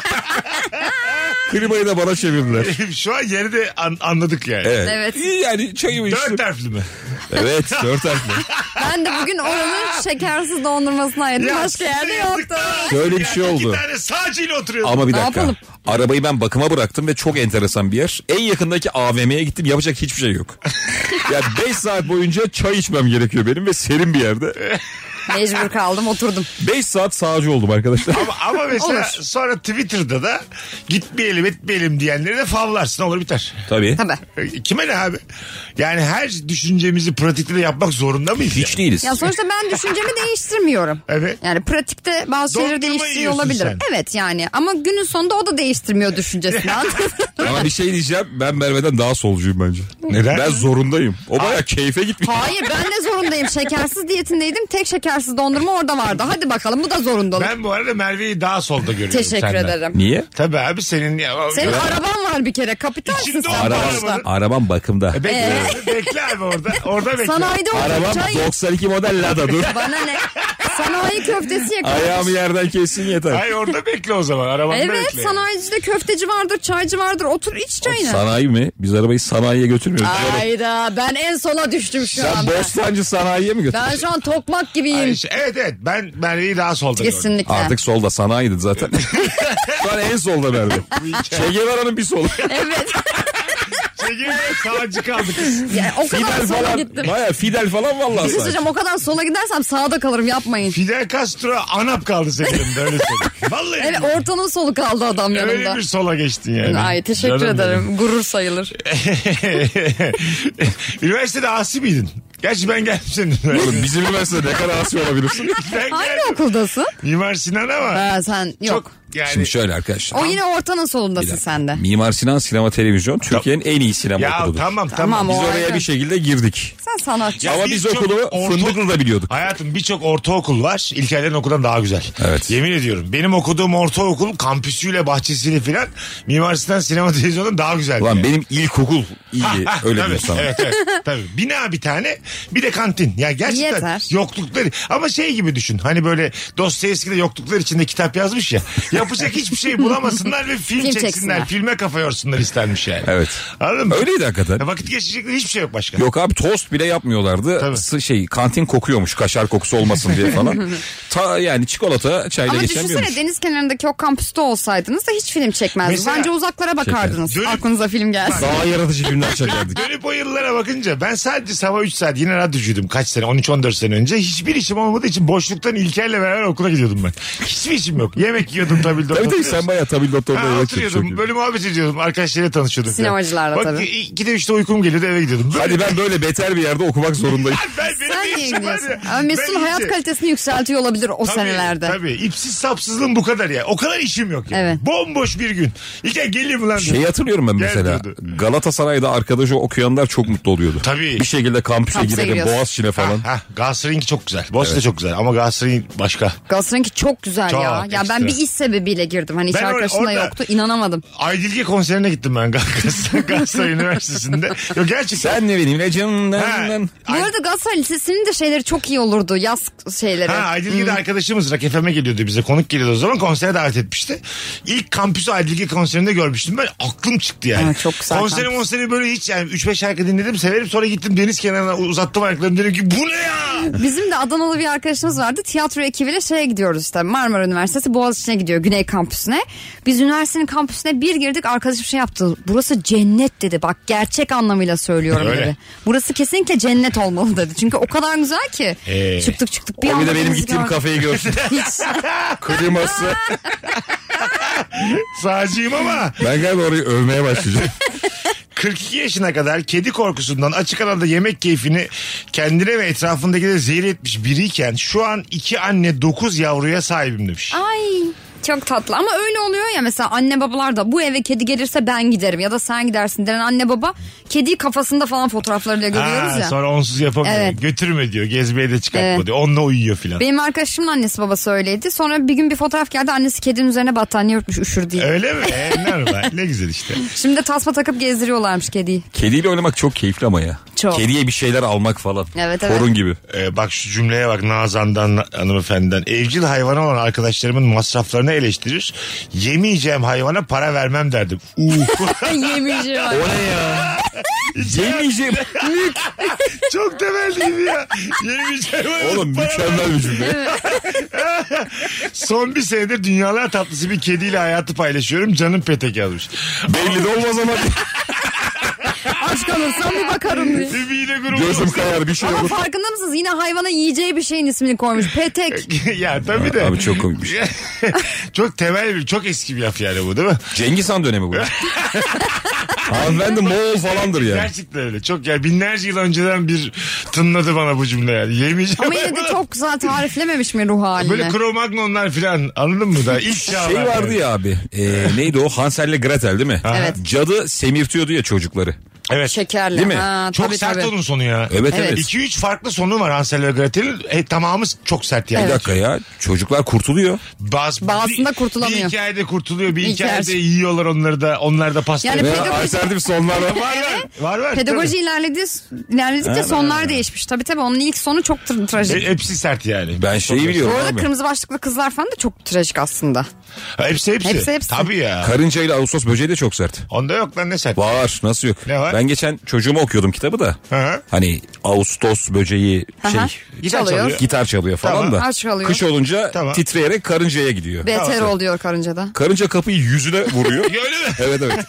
Klimayı da bana çevirdiler. Şu an yeri de an- anladık yani. Evet. Evet. İyi yani çayımı içtim. Dört harfli mi? Evet, dört harfli. Ben de bugün oranın şekersiz dondurmasını yedim. Ya Başka size yerde yazık yoktu. lan. Şöyle bir şey oldu. İki tane sağcıyla oturuyordu. Ama bir Ne dakika. yapalım? Arabayı ben bakıma bıraktım ve çok enteresan bir yer. En yakındaki A V M'ye gittim, yapacak hiçbir şey yok. Yani beş saat boyunca çay içmem gerekiyor benim ve serin bir yerde. Mecbur kaldım, oturdum. beş saat sağcı oldum arkadaşlar. Ama, ama mesela Olur. sonra Twitter'da da gitmeyelim etmeyelim diyenleri de favlarsın, olur biter. Tabii. Tabii. E, Kime ne abi? Yani her düşüncemizi pratikte de yapmak zorunda mıyız? Hiç yani? değiliz. Ya sonuçta ben düşüncemi değiştirmiyorum. Evet. Yani pratikte bazı şeyleri Dondurma değiştiriyor yiyorsun olabilirim. sen. Evet yani, ama günün sonunda o da değiştirmiyor düşüncesini. anladın mı? Ama bir şey diyeceğim, ben Merve'den daha solcuyum bence. Neden? Ben zorundayım. O baya keyfe gitmiş. Hayır, ben de zorundayım. Şekersiz diyetindeydim. Tek şekersiz dondurma orada vardı. Hadi bakalım, bu da zorundalık. Ben bu arada Merve'yi daha solda görüyorum Teşekkür senden. ederim. Niye? Tabii abi senin... Ya, Senin ya- araban var bir kere. Kapitalsin İçinde sen. o Arabam, arabanın- arabam bakımda. E, Bekle, bekle abi orada. Orada bekle. Sanayide Arabam oturacağım. doksan iki model Lada, dur. Bana ne? Sanayi köftesi yakalamış. Ayağımı yerden kessin yeter. Ay orada bekle o zaman. Arabanda Evet, bekle. sanayicide köfteci vardır, çaycı vardır. Otur iç çayını. Sanayi mi? Biz arabayı sanayiye götürmüyoruz. Ayda, ben en sola düştüm şu Sen anda. Bostancı sanayiye mi götürüyorsun? Ben şu an tokmak gibiyim. Ay, işte, evet evet ben Merve'yi daha solda gördüm. Kesinlikle. Artık solda, sanayiydi zaten. Şu an en solda Merve. Che Guevara'nın bir solu. Evet. Çekil sağcı kaldı kız. Yani o kadar Fidel sola falan. gittim. Baya Fidel falan Bir vallahi şey sağ. söyleyeceğim, o kadar sola gidersem sağda kalırım, yapmayın. Fidel Castro anap kaldı senin elimde, öyle söyleyeyim. Vallahi. Evet, ortanın solu kaldı adam yanımda. Öyle bir sola geçtin yani. Ay, teşekkür Canım ederim. benim. Gurur sayılır. Üniversitede asi miydin? Gerçi ben geldim senin üniversiteye. Oğlum bizim üniversitede ne kadar asi olabilirsin? Ben Hangi geldim. okuldasın? Mimar Sinan ama. Ha, sen yok. Çok yani. Şimdi şöyle arkadaşlar. O yine ortanın solundasın sen de. Mimar Sinan Sinema Televizyon Türkiye'nin en iyi sinema Ya okuludur. tamam tamam. Tamam, Biz o oraya ayrı. bir şekilde girdik. Sen sanatçı. Ya Ama biz biz çok okulu orta- Fındıklı'da biliyorduk. Hayatım birçok ortaokul var. İlkerlerin okuldan daha güzel. Evet. Yemin ediyorum. Benim okuduğum ortaokul kampüsüyle, bahçesiyle filan Mimar Sinan Sinema Televizyonu'ndan daha güzel. Ulan benim ilkokul iyi, Ha, öyle tabii, diyor sana. Evet evet. Tabii. Bina bir tane, bir de kantin. Ya gerçekten Yeter. yoklukları. Ama şey gibi düşün. Hani böyle Dostoyevski'de yokluklar içinde kitap yazmış ya. Yapacak hiçbir şey bulamasınlar ve film, Film çeksinler. çeksinler. Filme kafa yorsunlar istenmiş yani. Evet. Anladın mı? Öyleydi hakikaten. Ya vakit geçirecekleri hiçbir şey yok başka. Yok abi, tost bile yapmıyorlardı. Tabii. S- Şey kantin kokuyormuş, kaşar kokusu olmasın diye falan. Ta yani çikolata çayla Ama geçemiyormuş. düşünsene, deniz kenarındaki o kampüste olsaydınız da hiç film çekmezdiniz. Mesela- Bence uzaklara bakardınız. Dönüp- Aklınıza film gelsin. Daha yaratıcı filmler çekerdik. Dönüp o yıllara bakınca ben sadece sabah üç saat yine radyocuydum kaç sene, on üç on dört sene önce. Hiçbir işim olmadığı için boşluktan İlker'le beraber okula gidiyordum ben. Hiçbir işim yok. Yemek yiyordum tabii. Tabii tabii, sen bayağı tabii doktorda Ha, yemek oturuyordum çekiyorsun. böyle muhabbet ediyordum, arkadaşlarıyla tanışıyordum. falan. Sinemacılarla Bak, tabii. ikide üçte uykum geliyordu, eve gidiyordum. Böyle- Hadi ben böyle beter bir yerde okumak zorundayım. ben, benim Sen ne niye işim var gidiyorsun? ya? Ama Mesut'un Ben hayat iyice- kalitesini yükseltiyor olabilir o Tabii, senelerde. Tabii. İpsiz sapsızlığım bu kadar ya. O kadar işim yok ya. Evet. Bomboş bir gün. İlker geleyim lan. Şeyi hatırlıyorum ben Gel mesela. diyordu. Galatasaray'da arkadaşı okuyanlar çok mutlu oluyordu. Tabii. Bir şekilde kampüse, Kampüse girelim, giriyorsun. Boğaziçi'ne falan. Ha, ha, Galatasaray'ınki çok güzel. Boğaziçi de çok güzel ama Galatasaray'ın başka. Galatasaray'ınki çok güzel Çok ya. Ya ekstra. ben bir iş sebebiyle girdim. Hani hiç Ben or- arkadaşım da orada- yoktu. İnanamadım. Aydilge konserine gittim ben Galatasaray, Galatasaray Üniversitesi'nde. Yok gerçekten. Sen ne bileyim ne Ha, canından. Bu arada Galatasaray Lisesi Aydilgil'in de şeyleri çok iyi olurdu. Yaz şeyleri. Ha Aydilgil de arkadaşımız Rock F M'e geliyordu bize. Konuk geliyordu o zaman. Konsere davet etmişti. İlk kampüsü Aydilgil konserinde görmüştüm. Ben aklım çıktı yani. Ha, çok güzel Konseri kampüs. monseri böyle hiç yani üç beş şarkı dinledim. Severim. Sonra gittim deniz kenarına uzattım ayaklarımı. Dedim ki bu ne ya? Bizim de Adanalı bir arkadaşımız vardı. Tiyatro ekibiyle şeye gidiyoruz işte. Marmara Üniversitesi Boğaziçi'ne gidiyor. Güney kampüsüne. Biz üniversitenin kampüsüne bir girdik. Arkadaşım şey yaptı. Burası cennet dedi. Bak gerçek anlamıyla söylüyorum Öyle. dedi. Burası kesinlikle cennet olmalı dedi. Çünkü o kadar güzel ki. Ee. Çıktık çıktık. Bir O bir anda de benim denizi gittiğim gördük. kafeyi görsün. Hiç. Kliması. Sağcıyım ama Ben galiba orayı övmeye başlayacağım. kırk iki yaşına kadar kedi korkusundan açık alanda yemek keyfini kendine ve etrafındakilere zehir etmiş biriyken şu an iki anne dokuz yavruya sahibim demiş. Ay çok tatlı ama öyle oluyor ya mesela anne babalar da bu eve kedi gelirse ben giderim ya da sen gidersin denen anne baba kediyi kafasında falan fotoğraflarıyla görüyoruz Ha, ya. sonra onsuz yapamıyor. Evet. Götürme diyor. Gezmeye de çıkartma Evet. diyor. Onunla uyuyor filan. Benim arkadaşımın annesi babası öyleydi. Sonra bir gün bir fotoğraf geldi annesi kedinin üzerine battaniye örtmüş üşür diye. Öyle mi? E, normal. Ne güzel işte. Şimdi de tasma takıp gezdiriyorlarmış kediyi. Kediyle oynamak çok keyifli ama ya. Çok. Kediye bir şeyler almak falan. Evet, evet. Torun gibi. Ee, bak şu cümleye bak Nazan'dan hanımefendiden. Evcil hayvanı olan arkadaşlarımın masraflarını eleştirir. Yemeyeceğim hayvana para vermem derdim. Uh. Yemeyeceğim. O ne ya? Yemeyeceğim. Çok temel değil mi ya? Yemeyeceğim hayvana Oğlum para mükemmel bir cümle. Son bir senedir dünyalar tatlısı bir kediyle hayatı paylaşıyorum. Canım Petek yazmış. Belli de olmaz ama. Aç kalırsam bir bakarım diye. Bir mide grubu. Gözüm kayar bir şey Ama olur. farkında mısınız? Yine hayvana yiyeceği bir şeyin ismini koymuş. Petek. Ya tabii de. Abi çok komikmiş. Çok temel bir, çok eski bir laf yani bu değil mi? Cengiz Han dönemi bu. Hanımefendi Moğol falandır yani. Gerçekten öyle. Çok yani binlerce yıl önceden bir tınladı bana bu cümle yani. Yemeyeceğim. Ama yine de hayvana. çok güzel tariflememiş mi ruh halini? Böyle Cro-Magnonlar falan anladın mı da? İlk Şey çağlar vardı yani. ya abi. E, neydi o? Hansel ile Gretel değil mi? Evet. Cadı semirtiyordu ya çocukları. Evet. Şekerli. Değil mi? Ha, Çok tabii, sert tabii. onun sonu ya. Evet evet. Evet. iki üç farklı sonu var Hansel ve Gretel'in. E, tamamı çok sert yani. Bir dakika ya. Çocuklar kurtuluyor. Baz, Bazısında bir- kurtulamıyor. Bir hikayede kurtuluyor. Bir İlk hikayede yer- yiyorlar onları da. Onlar da pasta Yani Ve yapıyor. pedagoji- alternatif sonlar var. Var var. Var var. Pedagoji tabii. ilerledi, ilerledikçe sonlar değişmiş. Tabii tabii onun ilk sonu çok tra- trajik. E, hepsi sert yani. Ben şeyi biliyorum Bu arada abi. kırmızı başlıklı kızlar falan da çok trajik aslında. Ha, hepsi, hepsi Hepsi, hepsi. Tabii ya. Karınca ile Ağustos böceği de çok sert. Onda yok lan ne sert. Var nasıl yok? Ne var? Ben geçen çocuğuma okuyordum kitabı da. Hı hı. Hani Ağustos böceği şey Aha. Gitar Çalıyor. çalıyor. gitar çalıyor falan Tamam. da. Aç çalıyor. Kış olunca Tamam. titreyerek karıncaya gidiyor. Beter Tamam. oluyor karıncada. Karınca kapıyı yüzüne vuruyor. Öyle mi? Evet evet.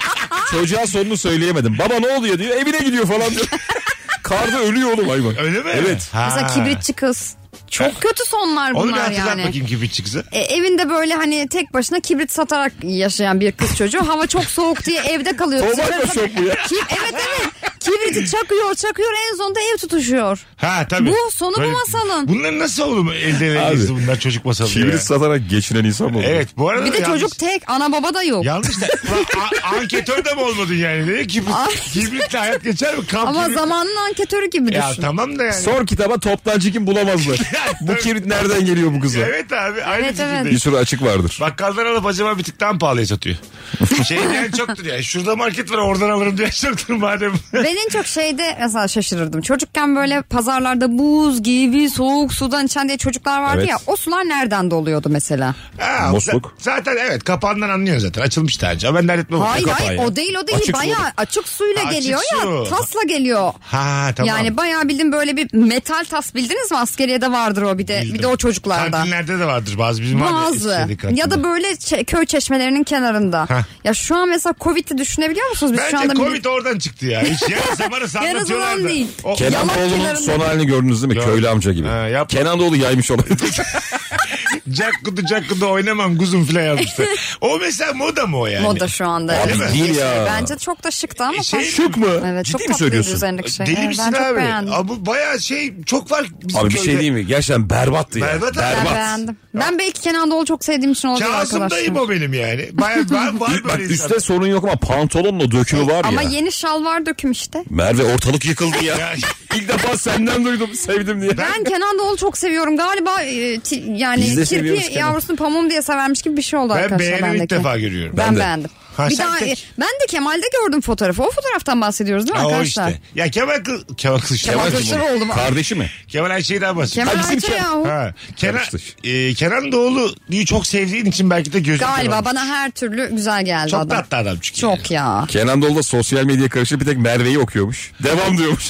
Çocuğa sonunu söyleyemedim. Baba ne oluyor diyor. Evine gidiyor falan diyor. Karda ölüyor oğlum hayvan. Öyle mi? Evet. Ha. Mesela kibritçi kız. Çok kötü sonlar Onu bir bunlar hatırlat yani. bakayım kibritçi kızı. E, evinde böyle hani tek başına kibrit satarak yaşayan bir kız çocuğu. Hava çok soğuk diye evde kalıyor. Tobacco shop bu ya. Kib- evet evet. Kibriti çakıyor çakıyor en sonunda ev tutuşuyor. Ha tabii. Bu sonu bu masalın. Bunlar nasıl oğlum elde ele Abi. gezdi bunlar çocuk masalı ya. Kibrit satarak geçinen insan mı olur? Evet bu arada Bir de da yanlış- çocuk tek ana baba da yok. Yanlış da Ulan a- anketör de mi olmadın yani? Dedi? Kibrit, Ay. kibritle hayat geçer mi? Kamp Ama kibrit- zamanın anketörü gibi Ya düşün. tamam da yani. Sor kitaba toptancı kim bulamazlar. Bu kibrit nereden geliyor bu kıza? Evet abi aynı Evet, evet. fikirdeyim. Bir sürü açık vardır. Bakkaldan alıp acaba bir tık daha mı pahalıya satıyor? Şey diyen çoktur yani. Şurada market var oradan alırım diyen çoktur madem. Ben en çok şeyde mesela şaşırırdım. Çocukken böyle pazarlarda buz gibi soğuk sudan içen diye çocuklar vardı Evet. ya. O sular nereden doluyordu mesela? Ha, Musluk. za- Zaten evet kapağından anlıyorsun zaten. Açılmış daha önce. Ben dert etmem. Hayır kapağı hayır ya. o değil o değil. Açık Bayağı su. açık suyla Açık geliyor su. ya. Tasla geliyor. Ha tamam. Yani bayağı bildim böyle bir metal tas bildiniz mi? Askeriyede vardır o bir de. Bir de o çocuklarda. Kantinlerde de vardır bazı bizim var ya, Bazı Eskişehir'deki kantinde. ya da böyle çe- köy çeşmelerinin kenarında. Heh. Ya şu an mesela Covid'i düşünebiliyor musunuz? Biz şu Bence anda Covid oradan çıktı ya. Hiç yarısı bana Yarısı anlatıyorlar falan da. değil. O- Kenan Yalan Doğulu'nun kenarında. son halini gördünüz değil mi? Gördüm. Köylü amca gibi. Ha, yapma. Kenan Doğulu yaymış olabilir. Cakkudu cakkudu oynamam kuzum filan yazmışlar. O mesela moda mı o yani? moda şu anda. Abi evet. değil ya. Bence çok da şıktı ama. Şey- Şık mı? Evet, Ciddi çok mi tatlıydı söylüyorsun? üzerindeki şey. Deli Evet, misin ben çok abi? beğendim. Abi bu baya şey çok var bizim Abi bir köyde. şey değil mi? Gerçekten berbattı ya. Berbat abi. Ben Berbat. beğendim. Ben belki Kenan Doğulu çok sevdiğim için olabilir Kazım arkadaşlar. dayım o benim yani. Baya var, var Bak böyle üstte insan. sorun yok ama pantolonla dökümü var Ama ya. yeni şalvar döküm işte. Merve ortalık yıkıldı ya. Ya, İlk defa senden duydum sevdim diye. Ben Kenan Doğulu çok seviyorum. Galiba e, ti, yani Biz de seviyoruz kirpi Kenan. yavrusunu pamuğum diye severmiş gibi bir şey oldu Ben arkadaşlar beğeneni ilk bendeki. defa görüyorum. Ben, Ben de. beğendim. Ha, bir sen daha tek- ben de Kemal'de gördüm fotoğrafı. O fotoğraftan bahsediyoruz değil mi Ha, o arkadaşlar? işte. Ya Kemal Kıl... Kemal Kılıçdaroğlu. Kemal kim Kılıçdaroğlu o? oldu mu? Kardeşi mi? Kemal Ayşe'den bahsediyor. Kemal Ha, bizim Ayça Kemal. yahu. Ha, Kenan, Karıştı. e, Kenan Doğulu'yu çok sevdiğin için belki de gözün Galiba kırılmış. bana her türlü güzel geldi Çok adam. tatlı adam çünkü. Çok ya. Kenan Doğulu da sosyal medya karışıp bir tek Merve'yi okuyormuş. Devam diyormuş.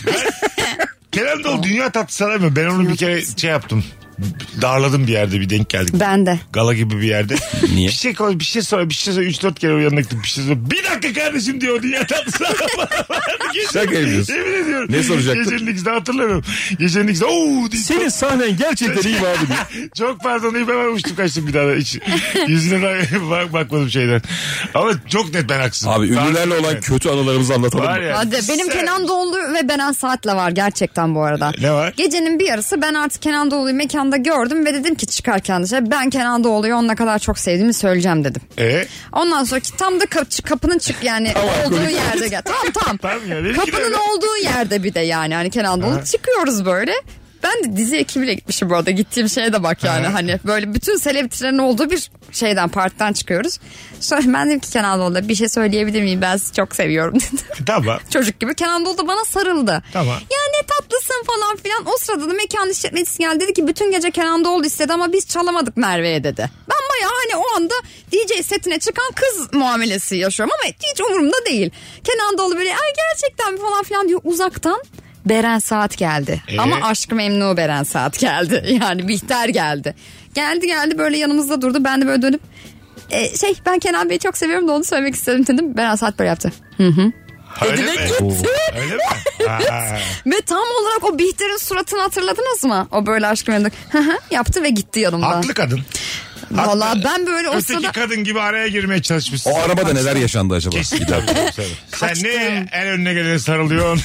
Kenan Doğulu dünya tatlısı adam mı? Ben onu bir kere şey yaptım. Darladım bir yerde, bir denk geldik. Ben de. Gala gibi bir yerde. Niye? Bir şey koy, bir şey sonra, bir şey sonra üç dört kere o yanına gittim. Bir şey sonra, bir dakika kardeşim diyor, dünya tatlısı adam. Şaka yapıyorsun. Yemin ediyorum. Ne soracaktın? Gecenin ikisinde hatırlamıyorum. Gecenin ikisinde ooo diye. Senin sahnen gerçekten iyi abi diye. Çok pardon deyip hemen uçtum kaçtım bir daha. da. Hiç yüzüne bak, bak, bakmadım şeyden. Ama çok net ben haksızım. Abi ünlülerle Farkındayım olan ben. kötü anılarımızı anlatalım Var mı? ya. Hadi benim sen- Kenan Doğulu ve Beren Saat'le var gerçekten bu arada. Ne var? Gecenin bir yarısı ben artık Kenan Doğulu'yu mekanda gördüm ve dedim ki çıkarken dışarı ben Kenan Doğulu'yu onun ne kadar çok sevdiğimi söyleyeceğim dedim. Ee? Ondan sonra ki tam da kapı, kapının çık yani olduğu alkolik. yerde gel. Tamam tamam. Tamam ya, benimki de Kapının öyle. olduğu yerde bir de yani hani Kenan Doğulu çıkıyoruz böyle. Ben de dizi ekibiyle gitmişim bu arada. Gittiğim şeye de bak yani. Hani böyle bütün selebritilerin olduğu bir şeyden, partiden çıkıyoruz. Sonra ben dedim ki Kenan Doğulu'da bir şey söyleyebilir miyim? Ben sizi çok seviyorum dedim. Tamam. Çocuk gibi. Kenan Doğulu da bana sarıldı. Tamam. Ya ne tatlısın falan filan. O sırada da mekan işletmecisi geldi. Dedi ki bütün gece Kenan Doğulu istedi ama biz çalamadık Merve'ye dedi. Ben bayağı hani o anda D J setine çıkan kız muamelesi yaşıyorum ama hiç umurumda değil. Kenan Doğulu böyle ay gerçekten mi falan filan diyor uzaktan. Beren Saat geldi. Ee? Ama Aşk-ı Memnu Beren Saat geldi. Yani Bihter geldi. Geldi geldi böyle yanımızda durdu. Ben de böyle dönüp e, şey ben Kenan Bey'i çok seviyorum da onu söylemek istedim dedim. Beren Saat böyle yaptı. Hı hı. Öyle Dedi ve mi? gitti. Öyle mi? Ha. Ve tam olarak o Bihter'in suratını hatırladınız mı? O böyle Aşk-ı Memnu hı hı yaptı ve gitti yanımdan. Haklı kadın. Vallahi Haklı. ben böyle o Öteki sırada... kadın gibi araya girmeye çalışmışsın. O arabada neler yaşandı acaba? Kesin tabii. tabii. Sen ne en önüne gelene sarılıyorsun.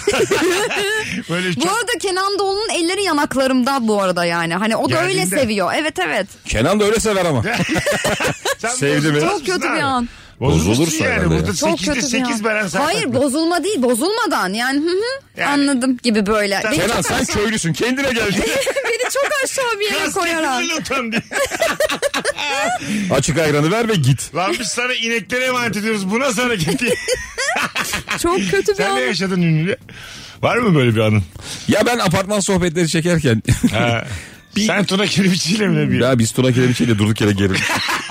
Böyle Bu çok... arada Kenan Doğulu'nun elleri yanaklarımda bu arada yani. Hani o da öyle Geldiğinde. seviyor. Evet evet. Kenan da öyle sever ama. Sen Sevdi mi? bozulmuşsun Çok kötü abi. bir an. Bozulursun Bozulursa yani. herhalde Burada ya. Çok sekizde kötü bir sekiz an. veren sen. Hayır bozulma değil bozulmadan yani hı hı Yani. anladım gibi böyle. Beni Kenan çok sen aşağı, köylüsün kendine gel. beni çok aşağı bir yere koyarak. Utan diye. Açık ayranı ver ve git. Lan biz sana inekleri emanet ediyoruz. Bu nasıl hareket diye. Çok kötü bir Sen ne an. yaşadın ünlüyle? Var mı böyle bir anın? Ya ben apartman sohbetleri çekerken Ha. Sen Tuna Kirpiçi'yle mi ne bir? ya biz Tuna Kirebiçi'yle durduk yere gerildik.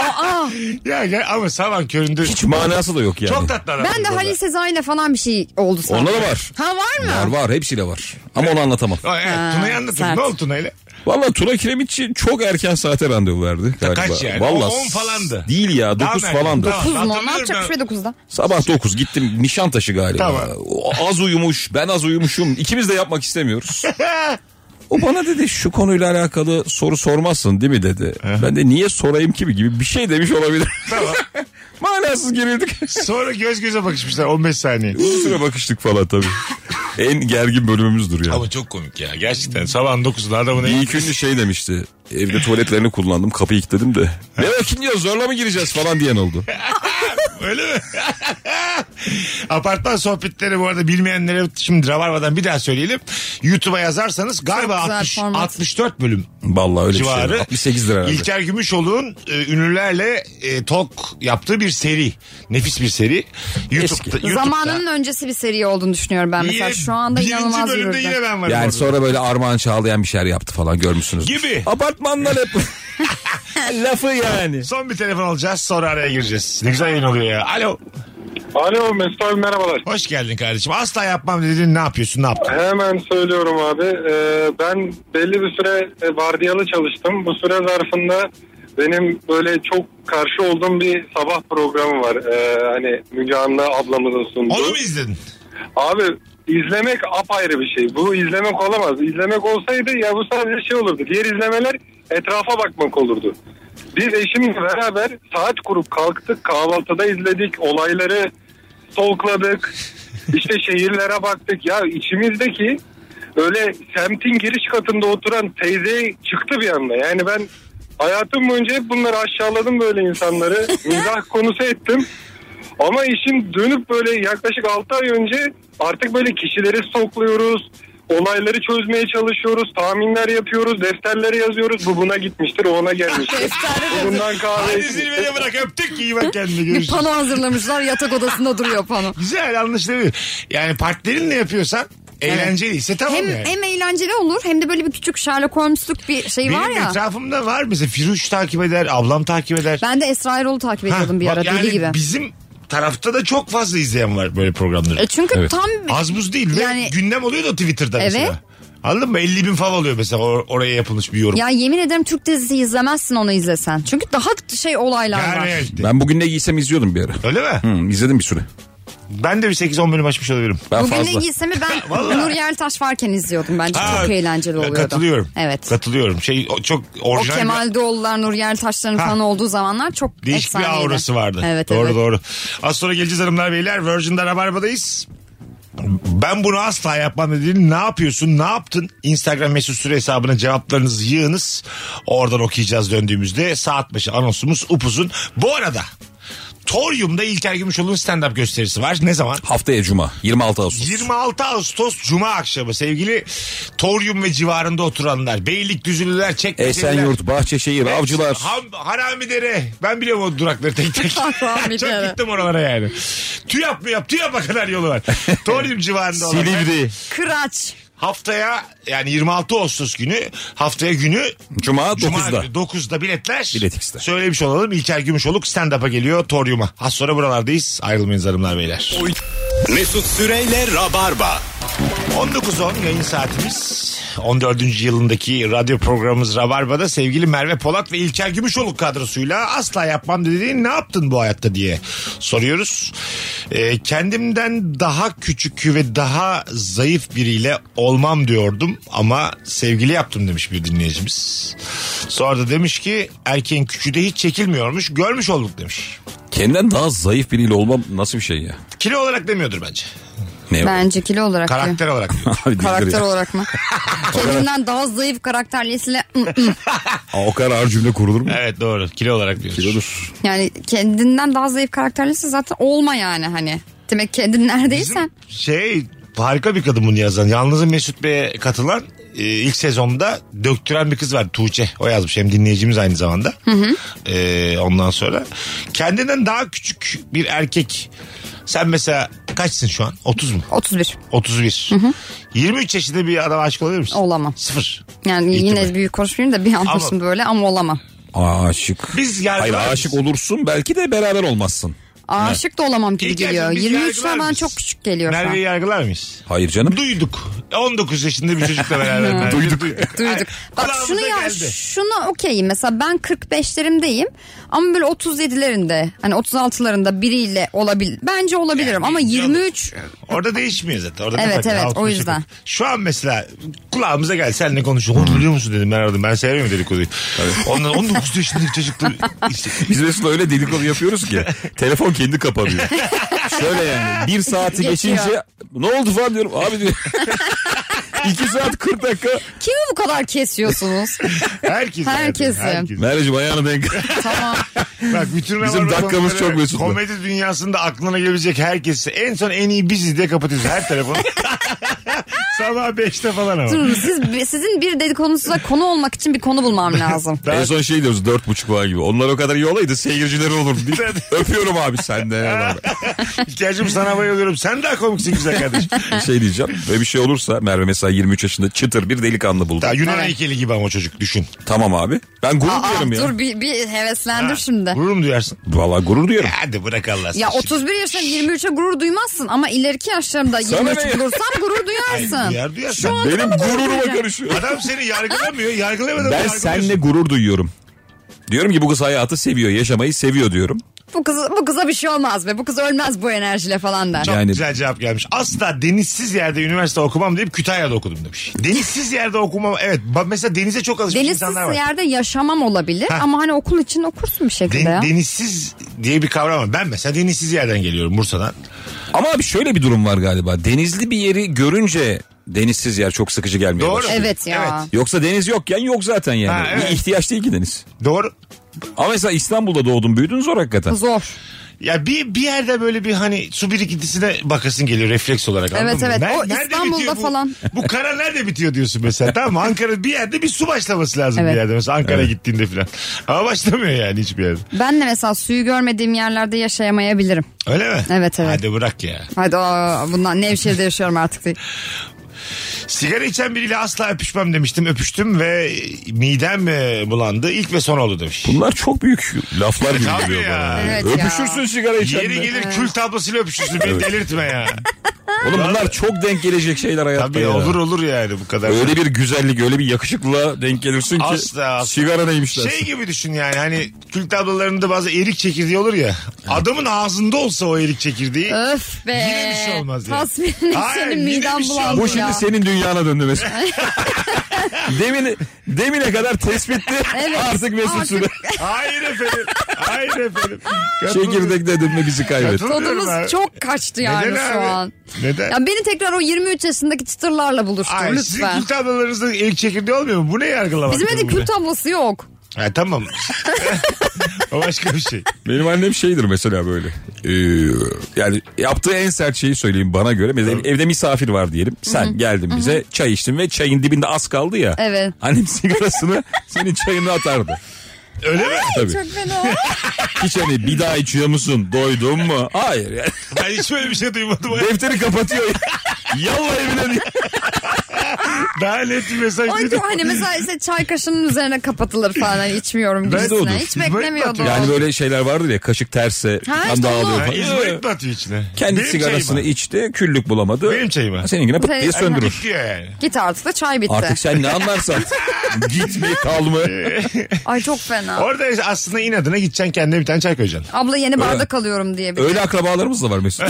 Ya gel ama sabah köründe. Hiç manası da yok yani. Çok tatlı adam. Ben de Halil Sezai'yle falan bir şey oldu sanki. Onda da var. Ha var mı? Var var hepsiyle var. Ama onu anlatamam. Evet, Ha, Tuna'yı anlatın. sert. Ne oldu Tuna'yla? Valla Tuna Kiremitçi çok erken saate randevu verdi galiba. Kaç yani? Vallahi on falandı. Değil ya dokuz Daha mı? falandı. Tamam. Dokuz mu? Ne Hatırlıyorum yapacakmış ben. be dokuzda? Sabah dokuz gittim Nişantaşı galiba. Tamam. O az uyumuş ben az uyumuşum. İkimiz de yapmak istemiyoruz. O bana dedi şu konuyla alakalı soru sormazsın değil mi dedi. Ben de niye sorayım ki gibi bir şey demiş olabilir. Tamam. Manasız gerildik. Sonra göz göze bakışmışlar on beş saniye. Uzun süre bakıştık falan tabii. En gergin bölümümüzdür ya. Ama çok komik ya. Gerçekten sabahın dokuzunda adamın Bir iki ünlü şey demişti. Evde tuvaletlerini kullandım kapıyı kilitledim de. Ne vakit diyor zorla mı gireceğiz falan diyen oldu. Öyle mi? Apartman sohbetleri bu arada bilmeyenlere şimdi Rabarba'dan bir daha söyleyelim. YouTube'a yazarsanız galiba güzel altmış, format. altmış dört bölüm Vallahi öyle bir civarı. şey. altmış sekiz lira herhalde. İlker Gümüşoğlu'nun e, ünlülerle e, talk yaptığı bir seri. Nefis bir seri. YouTube'da, YouTube'da. Zamanının öncesi bir seri olduğunu düşünüyorum ben mesela. Yine Şu anda birinci inanılmaz bölümde yürüdü. yine ben varım. Yani orada. sonra böyle Armağan Çağlayan bir şeyler yaptı falan görmüşsünüz. Gibi. Apartmandan hep lafı yani. Son bir telefon alacağız sonra araya gireceğiz. Ne güzel yayın oluyor ya. Alo. Alo Mesut abi merhabalar. Hoş geldin kardeşim. Asla yapmam dedin, ne yapıyorsun, ne yaptın? Hemen söylüyorum abi. Ee, ben belli bir süre e, vardiyalı çalıştım. Bu süre zarfında benim böyle çok karşı olduğum bir sabah programı var. Ee, hani Müge Anlı ablamızın sunduğu. Onu mu izledin? Abi izlemek apayrı bir şey. Bu izlemek olamaz. İzlemek olsaydı ya bu sadece şey olurdu. Diğer izlemeler etrafa bakmak olurdu. Biz eşimle beraber saat kurup kalktık. Kahvaltıda izledik. Olayları stalkladık. İşte şehirlere baktık. Ya içimizdeki öyle semtin giriş katında oturan teyze çıktı bir anda. Yani ben hayatım boyunca hep bunları aşağıladım böyle insanları. Mizah konusu ettim. Ama işin dönüp böyle yaklaşık altı ay önce artık böyle kişileri stalkluyoruz. Olayları çözmeye çalışıyoruz. Tahminler yapıyoruz. Defterlere yazıyoruz. Bu buna gitmiştir. O ona gelmiştir. Bu bundan kahve Hadi içmiştir. zirvede bırak öptük. İyi bak kendine, Bir görüşürüz. pano hazırlamışlar, yatak odasında duruyor pano. Güzel, anlaşılabilir. Yani partnerinle yapıyorsan eğlenceliyse tamam Hem, yani. hem eğlenceli olur hem de böyle bir küçük Sherlock Holmes'luk bir şey Benim var ya. etrafımda var mesela, Firuş takip eder, ablam takip eder. Ben de Esra Erol'u takip ediyordum Ha, bir bak ara yani deli gibi. Bizim tarafta da çok fazla izleyen var böyle programları. E çünkü Evet. tam Az buz değil ve yani gündem oluyor da Twitter'da Evet. mesela. Anladın mı? elli bin fav oluyor mesela or- oraya yapılmış bir yorum. ya yemin ederim Türk dizisi izlemezsin onu izlesen. Çünkü daha şey olaylar Yani var. realite. Ben bugün ne giysem izliyordum bir ara. Öyle mi? Hı, izledim bir süre. Ben de bir sekiz on bölüm açmış olabilirim. Ben Bugün fazla. ne giysemi ben Vallahi. Nur Yeltaş varken izliyordum. Bence Ha, çok eğlenceli oluyordu. Katılıyorum. Evet. Katılıyorum. Şey o çok O orijinal bir- Kemal Doğulular, Nur Yeltaşların Ha. falan olduğu zamanlar çok değişik bir efsaneydi. aurası vardı. Evet, doğru evet. doğru. Az sonra geleceğiz hanımlar beyler. Virgin'de Rabarba'dayız. Ben bunu asla yapmam dediğin ne yapıyorsun, ne yaptın? Instagram mesut süre hesabına cevaplarınızı yığınız. Oradan okuyacağız döndüğümüzde. Saat başı anonsumuz upuzun. Bu arada Torium'da İlker Gümüşoğlu'nun stand-up gösterisi var. Ne zaman? Haftaya Cuma yirmi altı Ağustos. yirmi altı Ağustos Cuma akşamı. Sevgili Torium ve civarında oturanlar, Beylikdüzülüler, Çekmeceliler. Esenyurt, Bahçeşehir, Avcılar. Ham, Haramidere. Ben biliyorum o durakları tek tek. Haramidere. Çok gittim oralara yani. TÜYAP mı yap? TÜYAP'a kadar yolu var. Torium civarında olanlar. Silivri. Kıraç. Haftaya yani yirmi altı Ağustos günü, haftaya günü Cuma dokuzda. dokuzda biletler. Bilet X'te. Söylemiş olalım. İlker Gümüşoluk stand-up'a geliyor Torium'a. Az sonra buralardayız. Ayrılmayın hanımlar beyler. Mesut Süreyle Rabarba. on dokuz on yayın saatimiz. on dördüncü yılındaki radyo programımız Rabarba'da sevgili Merve Polat ve İlker Gümüşoluk kadrosuyla asla yapmam dediğin ne yaptın bu hayatta diye soruyoruz. Ee, kendimden daha küçük ve daha zayıf biriyle olmam diyordum ama sevgili yaptım demiş bir dinleyicimiz. Sonra da demiş ki erkeğin küçüğü de hiç çekilmiyormuş, görmüş olduk demiş. Kendinden daha zayıf biriyle olmam nasıl bir şey ya? Kilo olarak demiyordur bence. Ne Bence kilo olarak diyor. Karakter olarak diyor. Abi dildir Karakter ya. olarak mı? Kendinden daha zayıf karakterlisiyle ı, ı. Aa, o kadar ağır cümle kurulur mu? Evet doğru, kilo olarak diyoruz. Kilodur. Yani kendinden daha zayıf karakterlisi zaten olma yani hani. Demek kendin neredeysen. Bizim şey harika bir kadın bunu yazan. Yalnızın Mesut Bey'e katılan e, ilk sezonda döktüren bir kız var, Tuğçe. O yazmış, hem dinleyicimiz aynı zamanda. Hı hı. E, ondan sonra kendinden daha küçük bir erkek. Sen mesela kaçsın şu an? otuz mu? otuz bir. otuz bir. Hı hı. yirmi üç yaşında bir adama aşık olabilir misin? Olamam. Sıfır. Yani İhtimal. yine büyük konuşmayayım da bir Ama- anlaşım böyle ama olamam. Aşık. Biz Hayır yargılar aşık mıyız? olursun belki de beraber olmazsın. Aşık da olamam gibi İlker'cim, geliyor. biz yirmi üç yargılar bana mıyız? çok küçük geliyor şu an. Merve'yi yargılar mıyız? Hayır canım. Duyduk. on dokuz yaşında bir çocukla beraber. Merve. Duyduk. Duyduk. Bak Kulağımıza şunu ya geldi. şuna okeyim. Mesela ben kırk beşlerimdeyim ama böyle otuz yedilerinde hani otuz altılarında biriyle olabilir. Bence olabilirim Yani ama canım. yirmi üç Orada değişmiyor zaten. Orada Evet, bir fark var. evet, Altı o beş yüzden. yapıyor. Şu an mesela kulağımıza gel, seninle konuşuyor. Onu biliyor musun dedim, ben aradım. Ben seviyorum dedikoduyu. Ondan on dokuz yaşındaki çocuklar işte, Biz mesela öyle dedikodu yapıyoruz ki telefon kendi kapanıyor. Şöyle yani bir saati Geçiyor. geçince ne oldu falan diyorum. Abi diyor. iki saat kırk dakika. kimi bu kadar kesiyorsunuz? herkes. Herkesi. herkes. Merveciğim ayağına denk. Tamam. Bak bütün Bizim Rabarba dakikamız konuları, çok mesutlu. komedi dünyasında aklına gelebilecek herkesi en son en iyi biziz diye kapatıyoruz her telefonu. Sabah beşte falan ama. Durun siz, sizin bir dedikodunuza konu olmak için bir konu bulmam lazım. En son şey diyoruz dört buçuk falan gibi. Onlar o kadar iyi olaydı seyircileri olurdu diye. Öpüyorum abi sen de. İlker'cim sana bayılıyorum. Sen daha komiksin güzel kardeşim. Bir şey diyeceğim. Ve bir şey olursa Merve mesela yirmi üç yaşında çıtır bir delikanlı buldu. Daha Yunan Evet. heykeli gibi ama o çocuk, düşün. Tamam abi. Ben gurur Aa, duyuyorum ya. dur bir, bir heveslendir şimdi. Gurur mu duyarsın? Vallahi gurur duyuyorum. Hadi bırak Allah Ya aşkına. otuz bir yaşında yirmi üçe gurur duymazsın ama ileriki yaşlarımda Sana yirmi üç ne? bulursam gurur duyarsın. Ay, duyar, duyar. Şu anda Benim mı gurur gururuma duyacağım? karışıyor. Adam seni yargılamıyor. Yargılamadan Ben yargılıyorsun. seninle gurur duyuyorum. Diyorum ki bu kız hayatı seviyor, yaşamayı seviyor diyorum. Bu, kız, bu kıza bir şey olmaz be. Bu kız ölmez bu enerjiyle falan der. Çok Yani- güzel cevap gelmiş. Asla denizsiz yerde üniversite okumam deyip Kütahya'da okudum demiş. Denizsiz yerde okumam. Evet. Bak mesela denize çok alışmış Denizsiz insanlar var. yerde yaşamam olabilir Ha. ama hani okul için okursun bir şekilde Den- ya. denizsiz diye bir kavram var. Ben mesela denizsiz yerden geliyorum, Bursa'dan. Ama abi şöyle bir durum var galiba. Denizli bir yeri görünce denizsiz yer çok sıkıcı gelmeye Doğru. başlıyor. Evet ya. Evet. Yoksa deniz yokken yok zaten yani. Ha, evet. Bir ihtiyaç değil ki deniz. Doğru. Ama mesela İstanbul'da doğdun büyüdün zor hakikaten. Zor. Ya bir bir yerde böyle bir hani su birikintisine bakasın geliyor refleks olarak. Evet evet. Ner- O İstanbul'da bu, falan. Bu kara nerede bitiyor diyorsun mesela, tamam mı? Ankara bir yerde bir su başlaması lazım Evet. bir yerde. Mesela Ankara evet. gittiğinde falan. Ama başlamıyor yani hiçbir yerde. Ben de mesela suyu görmediğim yerlerde yaşayamayabilirim. Öyle mi? Evet evet. Hadi bırak ya. Hadi o, bundan Nevşehir'de yaşıyorum artık değil. Sigara içen biriyle asla öpüşmem demiştim. Öpüştüm ve midem e, bulandı. İlk ve son oldu demiş. Bunlar çok büyük laflar gibi Tabii geliyor ya. bana. Evet Öpüşürsün ya. sigara içenle. Yeri gelir kül tablasıyla öpüşürsün. Beni delirtme ya. Oğlum bunlar çok denk gelecek şeyler hayatta. Tabii ya. olur olur yani bu kadar. Öyle bir güzellik, öyle bir yakışıklılığa denk gelirsin ki Asla, asla. sigara neymiş dersin. Şey gibi düşün yani, hani kül tablalarında bazı erik çekirdeği olur ya. Adamın ağzında olsa o erik çekirdeği. Öf be. Yine bir şey olmaz yani. Tasvirinin Hayır, senin yine miden bir şey bulandı olmaz. Bu şimdi ya. senin dünyana döndü mesela. Demin, demine kadar tespitti. Evet. Artık Mesut Artık- Süre. Hayır efendim. Hayır efendim. Katılıyorum. Çekirdekte dönme bizi kaybetti. Katılıyorum Tadımız abi. çok kaçtı yani Neden şu abi? an. Neden? Ya beni tekrar o yirmi üç yaşındaki çıtırlarla buluştur Ay, sizin lütfen. kül tablalarınızda erik çekirdeği olmuyor mu? Bu ne yargılamak? Bizim evde bu kül ne? tablosu yok. Ha, tamam. O başka bir şey. Benim annem şeydir mesela böyle. Ee, yani yaptığı en sert şeyi söyleyeyim bana göre. Mesela evde misafir var diyelim. Sen geldin bize çay içtin ve çayın dibinde az kaldı ya. Evet. Annem sigarasını senin çayına atardı. Öyle mi? Tabii. Çok fena. Hiç hani bir daha içiyor musun? Doydun mu? Hayır yani. Ben hiç böyle bir şey duymadım. Defteri kapatıyor. Yallah evine diyor. Daha net bir mesaj Ay duydum. çok hani mesela işte çay kaşığının üzerine kapatılır falan hani içmiyorum Ben de gibisine. olur. Hiç Biz böyle beklemiyordum. Yani böyle şeyler vardır ya, kaşık terse Ha, kan işte dağılıyor o. Ha, falan. İzmarit mi atıyor içine? Kendi Benim sigarasını çayıma. içti, küllük bulamadı. Benim çayıma. Seninkine pıt diye Şey- söndürür. Diyor yani. Git artık da çay bitti. Artık sen ne anlarsan. Git mi kal mı? Ay çok fena. Orada aslında inadına gideceksin kendine bir tane çay koyacaksın. Abla yeni bardak alıyorum diye. Bir Öyle akrabalarımız da var Mesut.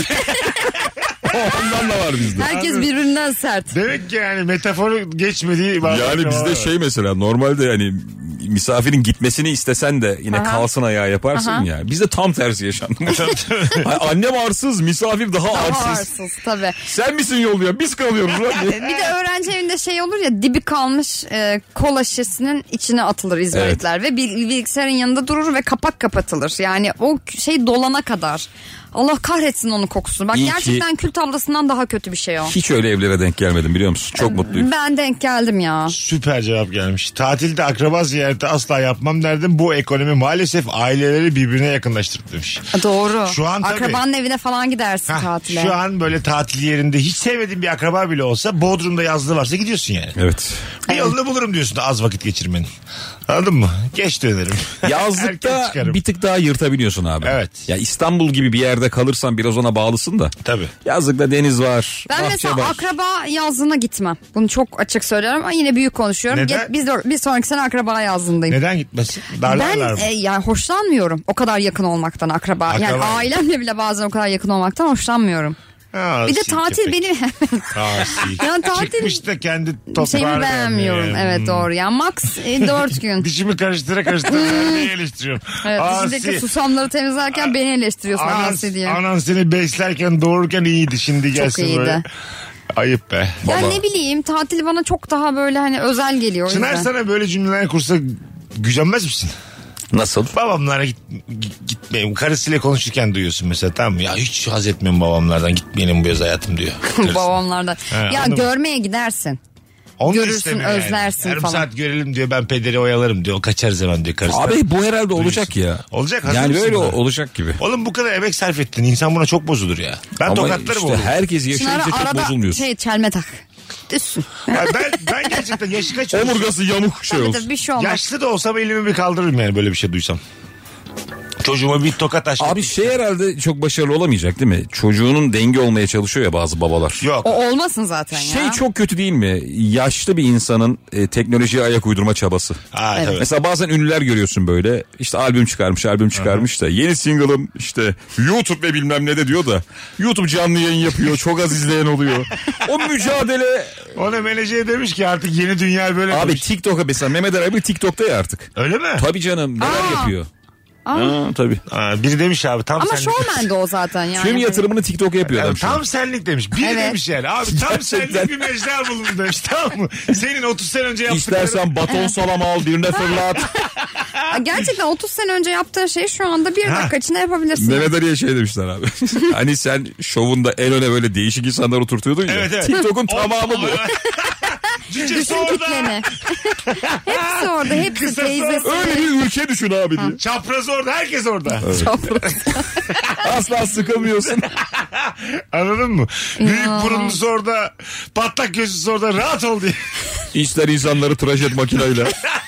Ondan da var bizde. Herkes birbirinden sert. Demek ki yani metaforu geçmediği bazı Yani akrabalar bizde var. şey mesela normalde yani misafirin gitmesini istesen de yine Aha. kalsın ayağı yaparsın Aha. ya. Bizde tam tersi yaşandı. Ay, annem arsız, misafir daha, Daha arsız. arsız tabii. Sen misin yolluyor? Biz kalıyoruz lan. Bir de öğrenci evinde şey olur ya, dibi kalmış e, kola şişesinin içine atılır izmaritler ve bil- bilgisayarın yanında durur ve kapak kapatılır. Yani o şey dolana kadar. Allah kahretsin onun kokusunu. Bak İyi ki- gerçekten kül tablasından daha kötü bir şey o. Hiç öyle evlere denk gelmedim biliyor musun? Çok mutluyum. Ben denk geldim ya. Süper cevap gelmiş. Tatilde akraba ziyareti asla yapmam derdim. Bu ekonomi maalesef aileleri birbirine yakınlaştırdı demiş. Doğru. Şu an tabii. Akrabanın evine falan gidersin Hah, tatile. şu an böyle tatil yerinde hiç sevmediğin bir akraba bile olsa Bodrum'da yazlığı varsa gidiyorsun yani. Evet. Bir yolunu bulurum diyorsun da az vakit geçirmenin. Anladın mı? Geç dönerim. Erken Yazlıkta çıkarım. bir tık daha yırtabiliyorsun abi. Evet. Ya İstanbul gibi bir yerde kalırsan biraz ona bağlısın da. Tabii. Yazlıkta deniz var, Ben bahçe mesela var. akraba yazlığına gitmem. Bunu çok açık söylüyorum ama yine büyük konuşuyorum. Neden? Get- Biz de, bir sonraki sene akraba yazlığındayım. Neden gitmesin? Ben Darlarlar mı? e, yani hoşlanmıyorum o kadar yakın olmaktan akraba. Yani Akraba. ailemle bile bazen o kadar yakın olmaktan hoşlanmıyorum. Ha, Bir de asi tatil köpek. benim Asi. Yani tatil- Çıkmış da kendi toprağını şeyimi beğenmiyorum. beğenmiyor. Evet Hmm. doğru. Yani max e, dört gün. Dişimi karıştıra karıştıra vermeyi eleştiriyorum. Evet, Asi. dişindeki susamları temizlerken beni eleştiriyorsun Anan, asi diye. anan seni beslerken doğururken iyiydi, şimdi gelsin iyiydi. böyle. Ayıp be. Ya Vallahi. ne bileyim tatil bana çok daha böyle hani özel geliyor. o Çınar yüzden. sana böyle cümleler kursa gücenmez misin? Nasıl? Babamlara git, git- gitmeyin. Karısıyla konuşurken duyuyorsun mesela, tamam mı? Ya hiç haz etmiyorum babamlardan, gitmeyelim bu yaz hayatım diyor. Karısı. Babamlardan. He, Ya anladın mı? görmeye gidersin. Onu da görürsün, istemiyor yani. özlersin Yarım falan. saat görelim diyor, ben pederi oyalarım diyor. O kaçar zaman diyor karısı. Abi bu herhalde olacak ya. Olacak, hazır Yani mısın böyle buna? olacak gibi. Oğlum bu kadar emek sarf ettin. İnsan buna çok bozulur ya. Ben Ama tokatlarım işte oğlum. herkes Şunlara yaşayınca çok arada bozulmuyorsun. şey çelme tak. Düşsün. Ya ben, ben gerçekten yaşı kaç olmuş? Omurgası yamuk şey Tabii olsun. tabii bir şey olmaz. Yaşlı da olsam elimi bir kaldırırım yani böyle bir şey duysam. Çocuğuma bir tokat açtım. Abi şey herhalde çok başarılı olamayacak değil mi? Çocuğunun denge olmaya çalışıyor ya bazı babalar. Yok. O olmasın zaten ya. Şey çok kötü değil mi? Yaşlı bir insanın e, teknolojiye ayak uydurma çabası. Ha, Evet. tabii. Mesela bazen ünlüler görüyorsun böyle. İşte albüm çıkarmış, albüm çıkarmış da yeni single'ım işte YouTube ve bilmem ne de diyor da YouTube canlı yayın yapıyor. Çok az izleyen oluyor. O mücadele. Ona menajeri demiş ki artık yeni dünya böyle Abi demiş. TikTok'a mesela Mehmet Ali abi TikTok'ta ya artık. Öyle mi? Tabii canım neler Aa. yapıyor. Ha, tabii. Aa, biri demiş abi tam Ama senlik. şovmen de o zaten yani. Tüm yatırımını TikTok'a yapıyor adam Yani şu an. tam senlik demiş. Biri Evet. demiş yani. Abi tam Gerçekten. senlik bir mecra bulundu demiş, tamam mı? Senin otuz sene önce yaptıkların. İstersen baton salam al birine fırlat. Gerçekten otuz sene önce yaptığın şeyi şu anda bir Ha. dakika içinde yapabilirsin. Mehmet Ali'ye şey demişler abi. Hani sen şovunda en öne böyle değişik insanlar oturtuyordun ya. Evet, evet. TikTok'un O- tamamı bu. Cücesi Bütün orada. kitleni. Hepsi orada. Hepsi Kısası teyzesi. Öyle bir ülke düşün abi diye. Çaprazı orada, herkes orada. Asla sıkılmıyorsun. Anladın mı? Büyük burunlusu orada, patlak gözlüsü orada, rahat ol diye. İster insanları tıraş et makineyle.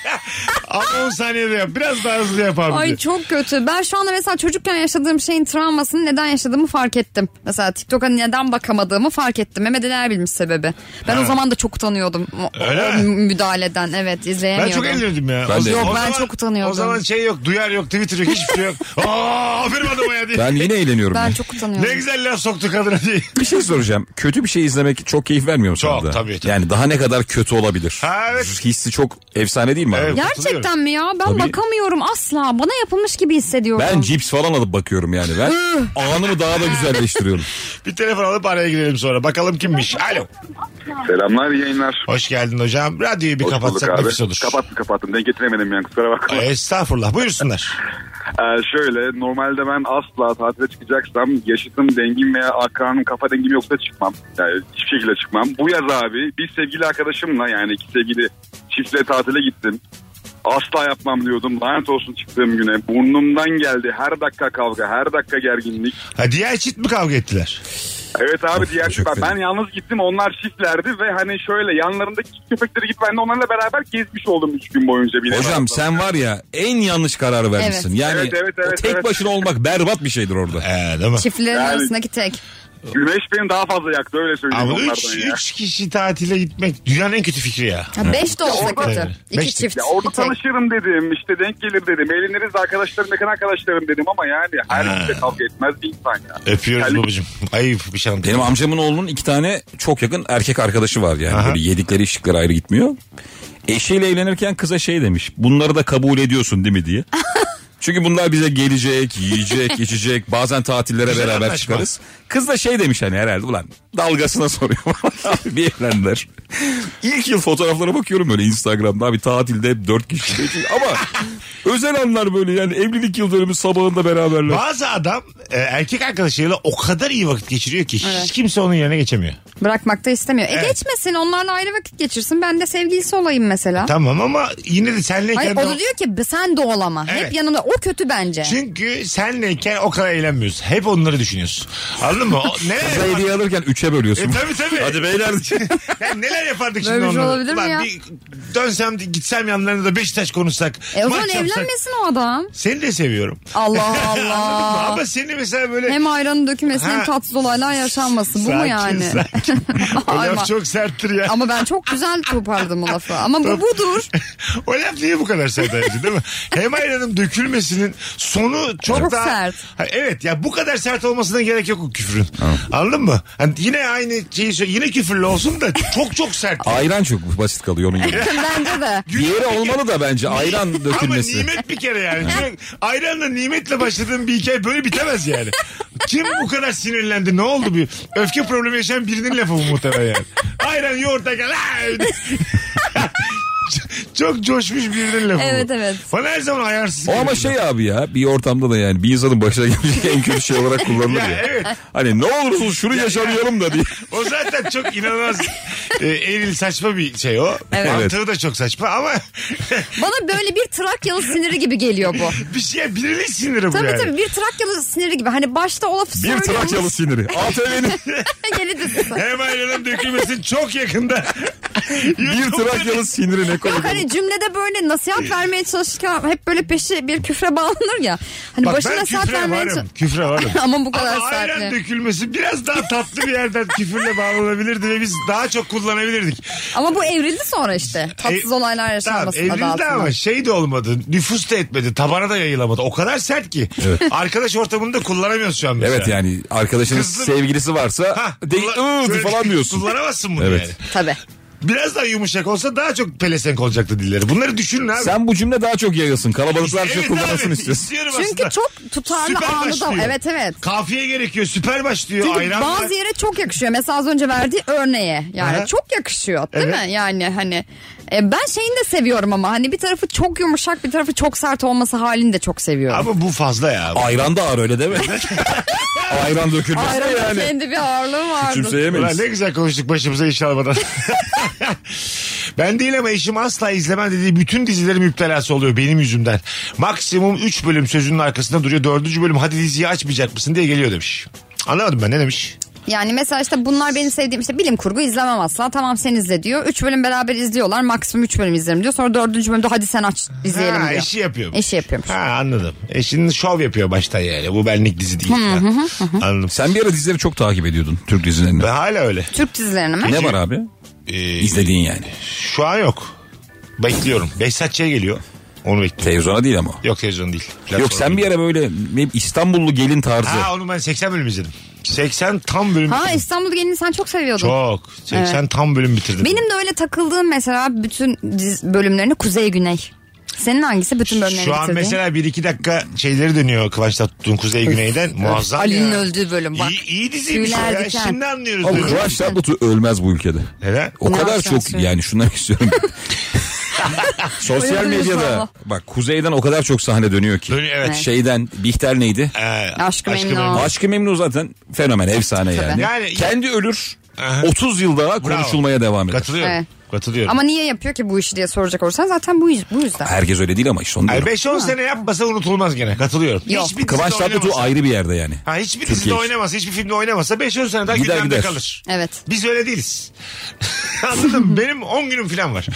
Ama on saniyede yap. Biraz daha hızlı yap abi. Ay diye. çok kötü. Ben şu anda mesela çocukken yaşadığım şeyin travmasını neden yaşadığımı fark ettim. Mesela TikTok'a neden bakamadığımı fark ettim. Mehmet Ali Erbil'miş sebebi. Ben Ha. o zaman da çok utanıyordum. O, Öyle o mi? müdahaleden. Evet, Ben izleyemiyordum. çok eğlenirdim ya. Ben O de. zaman- Yok, o ben zaman- çok utanıyordum. O zaman şey yok, duyar yok, Twitter yok, hiçbir şey yok. Aa, aferin adama ya diye. Ben yine eğleniyorum. Ben ya. çok utanıyordum. Ne güzel laf soktu kadına diye. Bir şey soracağım. Kötü bir şey izlemek çok keyif vermiyor mu sana Çok, da? tabii, tabii. Yani daha ne kadar kötü olabilir? Ha, evet. Hissi çok efsane değil mi abi? Evet. Gerçekten mi ya? Ben Tabii. bakamıyorum asla. Bana yapılmış gibi hissediyorum. Ben cips falan alıp bakıyorum yani. Ben anımı daha da güzelleştiriyorum. Bir telefon alıp araya girelim sonra. Bakalım kimmiş. Alo. Selamlar, iyi yayınlar. Hoş geldin hocam. Radyoyu bir Hoş kapatsak bulduk abi. nefis olur. Kapattım kapattım. Denk getiremedim yani, kusura bakma. Estağfurullah. Buyursunlar. Ee, şöyle, normalde ben asla tatile çıkacaksam yaşıtım, dengim veya akranım, kafa dengim yoksa çıkmam. Yani hiçbir şekilde çıkmam. Bu yaz abi bir sevgili arkadaşımla, yani iki sevgili çiftle tatile gittim. Asla yapmam diyordum. Lanet olsun çıktığım güne. Burnumdan geldi. Her dakika kavga, her dakika gerginlik. Ha, diğer çift mi kavga ettiler? Evet abi, Of, diğer çok ben, fena. ben yalnız gittim, onlar çiftlerdi ve hani şöyle yanlarındaki köpekleri git, ben de onlarla beraber gezmiş oldum üç gün boyunca. Bile Hocam sen var ya en yanlış kararı vermişsin. Evet. Yani Evet, evet, evet, o tek evet. başına olmak berbat bir şeydir orada. Ee, değil mi? Çiftlerin Yani- arasındaki tek. Güneş beni daha fazla yaktı, öyle söyleyeyim Ama onlardan üç, ya. üç kişi tatile gitmek dünyanın en kötü fikri ya. Ha, beş de olsa orada- kötü. Evet. İki Beş de- çift. Ya orada bir tek. tanışırım dedim, işte denk gelir dedim, eğleniriz arkadaşlarım, yakın arkadaşlarım dedim ama yani her Ha. kimse kavga etmez bir insan ya. Öpüyoruz Yani- babacığım. Ayıp bir şey anlatayım. Benim amcamın oğlunun iki tane çok yakın erkek arkadaşı var yani. Aha. Böyle yedikleri içtikleri ayrı gitmiyor. Eşiyle evlenirken kıza şey demiş. Bunları da kabul ediyorsun değil mi diye. Çünkü bunlar bize gelecek, yiyecek, içecek. Bazen tatillere Güzel beraber anlaşma. çıkarız. Kız da şey demiş hani herhalde ulan dalgasına soruyor. Bir evlendiler. İlk yıl fotoğraflara bakıyorum böyle Instagram'da abi tatilde hep dört kişi. Ama özel anlar böyle yani evlilik yıl dönümü sabahında beraberler. Bazı adam e, erkek arkadaşlarıyla o kadar iyi vakit geçiriyor ki hiç kimse onun yerine geçemiyor. Bırakmak da istemiyor. E Evet. geçmesin, onlarla ayrı vakit geçirsin. Ben de sevgilisi olayım mesela. Tamam ama yine de senleyken... Hayır, de o o- da diyor ki sen de olama. Evet. Hep yanımda. O kötü bence. Çünkü senleyken o kadar eğlenmiyorsun. Hep onları düşünüyorsun. Anladın mı? O, neler Kıza yapardık? hediye alırken üçe bölüyorsun. E, tabii tabii. Hadi beyler. Yani neler yapardık Böyle şimdi bir şey onları? olabilir mi Ulan ya? Bir dönsem gitsem yanlarına da Beşiktaş konuşsak. E o maç zaman yapsak. evlenmesin o adam. Seni de seviyorum. Allah Anladın mı? Allah. Ama seni mesela böyle... Hem ayranın dökülmesi Ha. hem tatsız olaylar yaşanması. Bu mu Sakin, yani? sakin. O Ama- laf çok serttir ya. Ama ben çok güzel toparladım o lafı. Ama bu budur. O laf niye bu kadar sert ayrıca, değil mi? Hem ayranın dökülmesinin sonu çok, Çok daha... sert. Ha, evet ya, bu kadar sert olmasına gerek yok o küfrün. Anladın mı? Hani yine aynı şeyi söyle, yine küfürlü olsun da çok çok sert. Ayran çok basit kalıyor onun yerine. Bence de. Diğeri olmalı da bence ayran dökülmesi. Ama nimet bir kere yani. Çünkü ayranla nimetle başladığın bir hikaye böyle bitemez yani. Kim bu kadar sinirlendi? Ne oldu bir? Öfke problemi yaşayan birinin lafı bu muhtemelen yani. Ayran yoğurta gel. Çok coşmuş birinin lafı bu. Evet, evet. Bana her zaman ayarsız. O ama geliyor. şey abi ya bir ortamda da yani bir insanın başına gelecek en kötü şey olarak kullanılır Ya, ya. evet. Hani ne olursun şunu yaşamayalım da diye. O zaten çok inanılmaz e, eril saçma bir şey o. Evet. Mantığı da çok saçma ama Bana böyle bir Trakyalı siniri gibi geliyor bu. bir şey birinin siniri bu Tabii yani. tabii bir Trakyalı siniri gibi. Hani başta o lafı Bir söylüyormuş. Trakyalı siniri. A T V'nin Yeni dizisi. Hem ayranın dökülmesi çok yakında. bir Trakyalı siniri ne komik. Yok hani cümlede böyle nasihat vermeye çalışırken hep böyle peşi bir küfre bağlanır ya. Hani Bak başına ben nasihat küfre vermeye varım. çalışırken. Küfre varım. Ama bu kadar Ama sert ayran mi? dökülmesi biraz daha tatlı bir yerden küfürle bağlanabilirdi ve biz daha çok kullanabilirdik. Ama bu evrildi sonra işte. Tatsız E, olaylar Tamam yaşanmasın adı evrildi altında. ama şey de olmadı. Nüfus da etmedi. Tabana da yayılamadı. O kadar sert ki. Arkadaş ortamında kullanamıyoruz şu an mesela. Evet yani arkadaşının Kızım- sevgilisi varsa Ha, de, kullan- ıı böyle falan diyorsun. Kullanamazsın bunu Evet. yani. Tabii. Biraz daha yumuşak olsa daha çok pelesenk olacaktı dilleri. Bunları düşünün abi. Sen bu cümle daha çok yayılsın. Kalabalıklar çok Evet kullanasın abi, istiyorsun. istiyorum Çünkü aslında. çok tutarlı Süper anı da. başlıyor. Evet evet. Kafiye gerekiyor. Süper başlıyor. Çünkü Ayran var. bazı yere çok yakışıyor. Mesela az önce verdiği örneğe. Yani Aha. çok yakışıyor değil Evet. mi? Yani hani e, ben şeyini de seviyorum ama hani bir tarafı çok yumuşak bir tarafı çok sert olması halini de çok seviyorum. Ama bu fazla ya. Ayran da ağır öyle değil mi? Ayran dökülmesi Ayranın yani. kendi bir ağırlığı vardır. Ulan Küçümseyemeyiz. ne güzel konuştuk başımıza iş almadan. Ben değil ama eşim asla izlemem dediği bütün dizilerin müptelası oluyor benim yüzümden. Maksimum üç bölüm sözünün arkasında duruyor. dördüncü bölüm hadi diziyi açmayacak mısın diye geliyor demiş. Anlamadım ben, ne demiş? Yani mesela işte bunlar benim sevdiğim işte bilim kurgu izlemem asla. Tamam sen izle diyor. Üç bölüm beraber izliyorlar. Maksimum üç bölüm izlerim diyor. Sonra dördüncü bölümde hadi sen aç izleyelim Ha, diyor. eşi yapıyor. Eşi yapıyormuş. Ha, anladım. Eşinin şov yapıyor baştan yani. Bu benlik dizi değil. Ha, anladım. Sen bir ara dizileri çok takip ediyordun, Türk dizilerini. Ve hala öyle. Türk dizilerini mi? Ne var abi? Ee, İzlediğin yani. Şu an yok. Bekliyorum. Behzatçı'ya geliyor. Onu bekliyorum. Televizyona değil ama. Yok televizyon değil. Yok Platform sen bir değil. ara böyle ne- İstanbullu gelin tarzı. Ha onu ben seksen bölüm izledim. seksen tam bölüm Ha bitirdim. İstanbul Gelini sen çok seviyordun. Çok. seksen tam bölüm bitirdim. Benim de öyle takıldığım mesela bütün diz bölümlerini Kuzey Güney. Senin hangisi bütün bölümlerini Şu an bitirdiğin? mesela bir iki dakika şeyleri dönüyor Kıvanç Tatlıtuğ'un Kuzey Güney'den. Muazzam Ali'nin ya. öldüğü bölüm bak. İyi, iyi diziymiş Tüyler ya. diken. Şimdi anlıyoruz. Ama dönüyor. Kıvanç Tatlıtuğ ölmez bu ülkede. Neden? O Ne kadar yapacaksın çok söyle. yani şunu demek istiyorum. Sosyal Öyle medyada diyorsun bak Kuzey'den o kadar çok sahne dönüyor ki. Dönüyor, evet. Şeyden Bihter neydi? Ee, Aşkı Memnu. Aşkı Memnu zaten fenomen, efsane yani. Yani- Kendi ölür Aha. otuz yıl daha konuşulmaya devam eder. Katılıyorum. Evet. Katılıyorum. Ama niye yapıyor ki bu işi diye soracak olursan zaten bu, yüz- bu yüzden. Herkes öyle değil ama işte onu Ay diyorum. beş on sene yapmasa unutulmaz gene. Katılıyorum. Yok. Hiçbir Kıvanç dizide Tatlıtuğ oynamasa- ayrı bir yerde yani. Ha, hiçbir Türkiye dizide için. oynamasa, hiçbir filmde oynamasa beş on sene daha Gider gündemde gider. kalır. Evet. Biz öyle değiliz. Anladın mı? Benim on günüm falan var.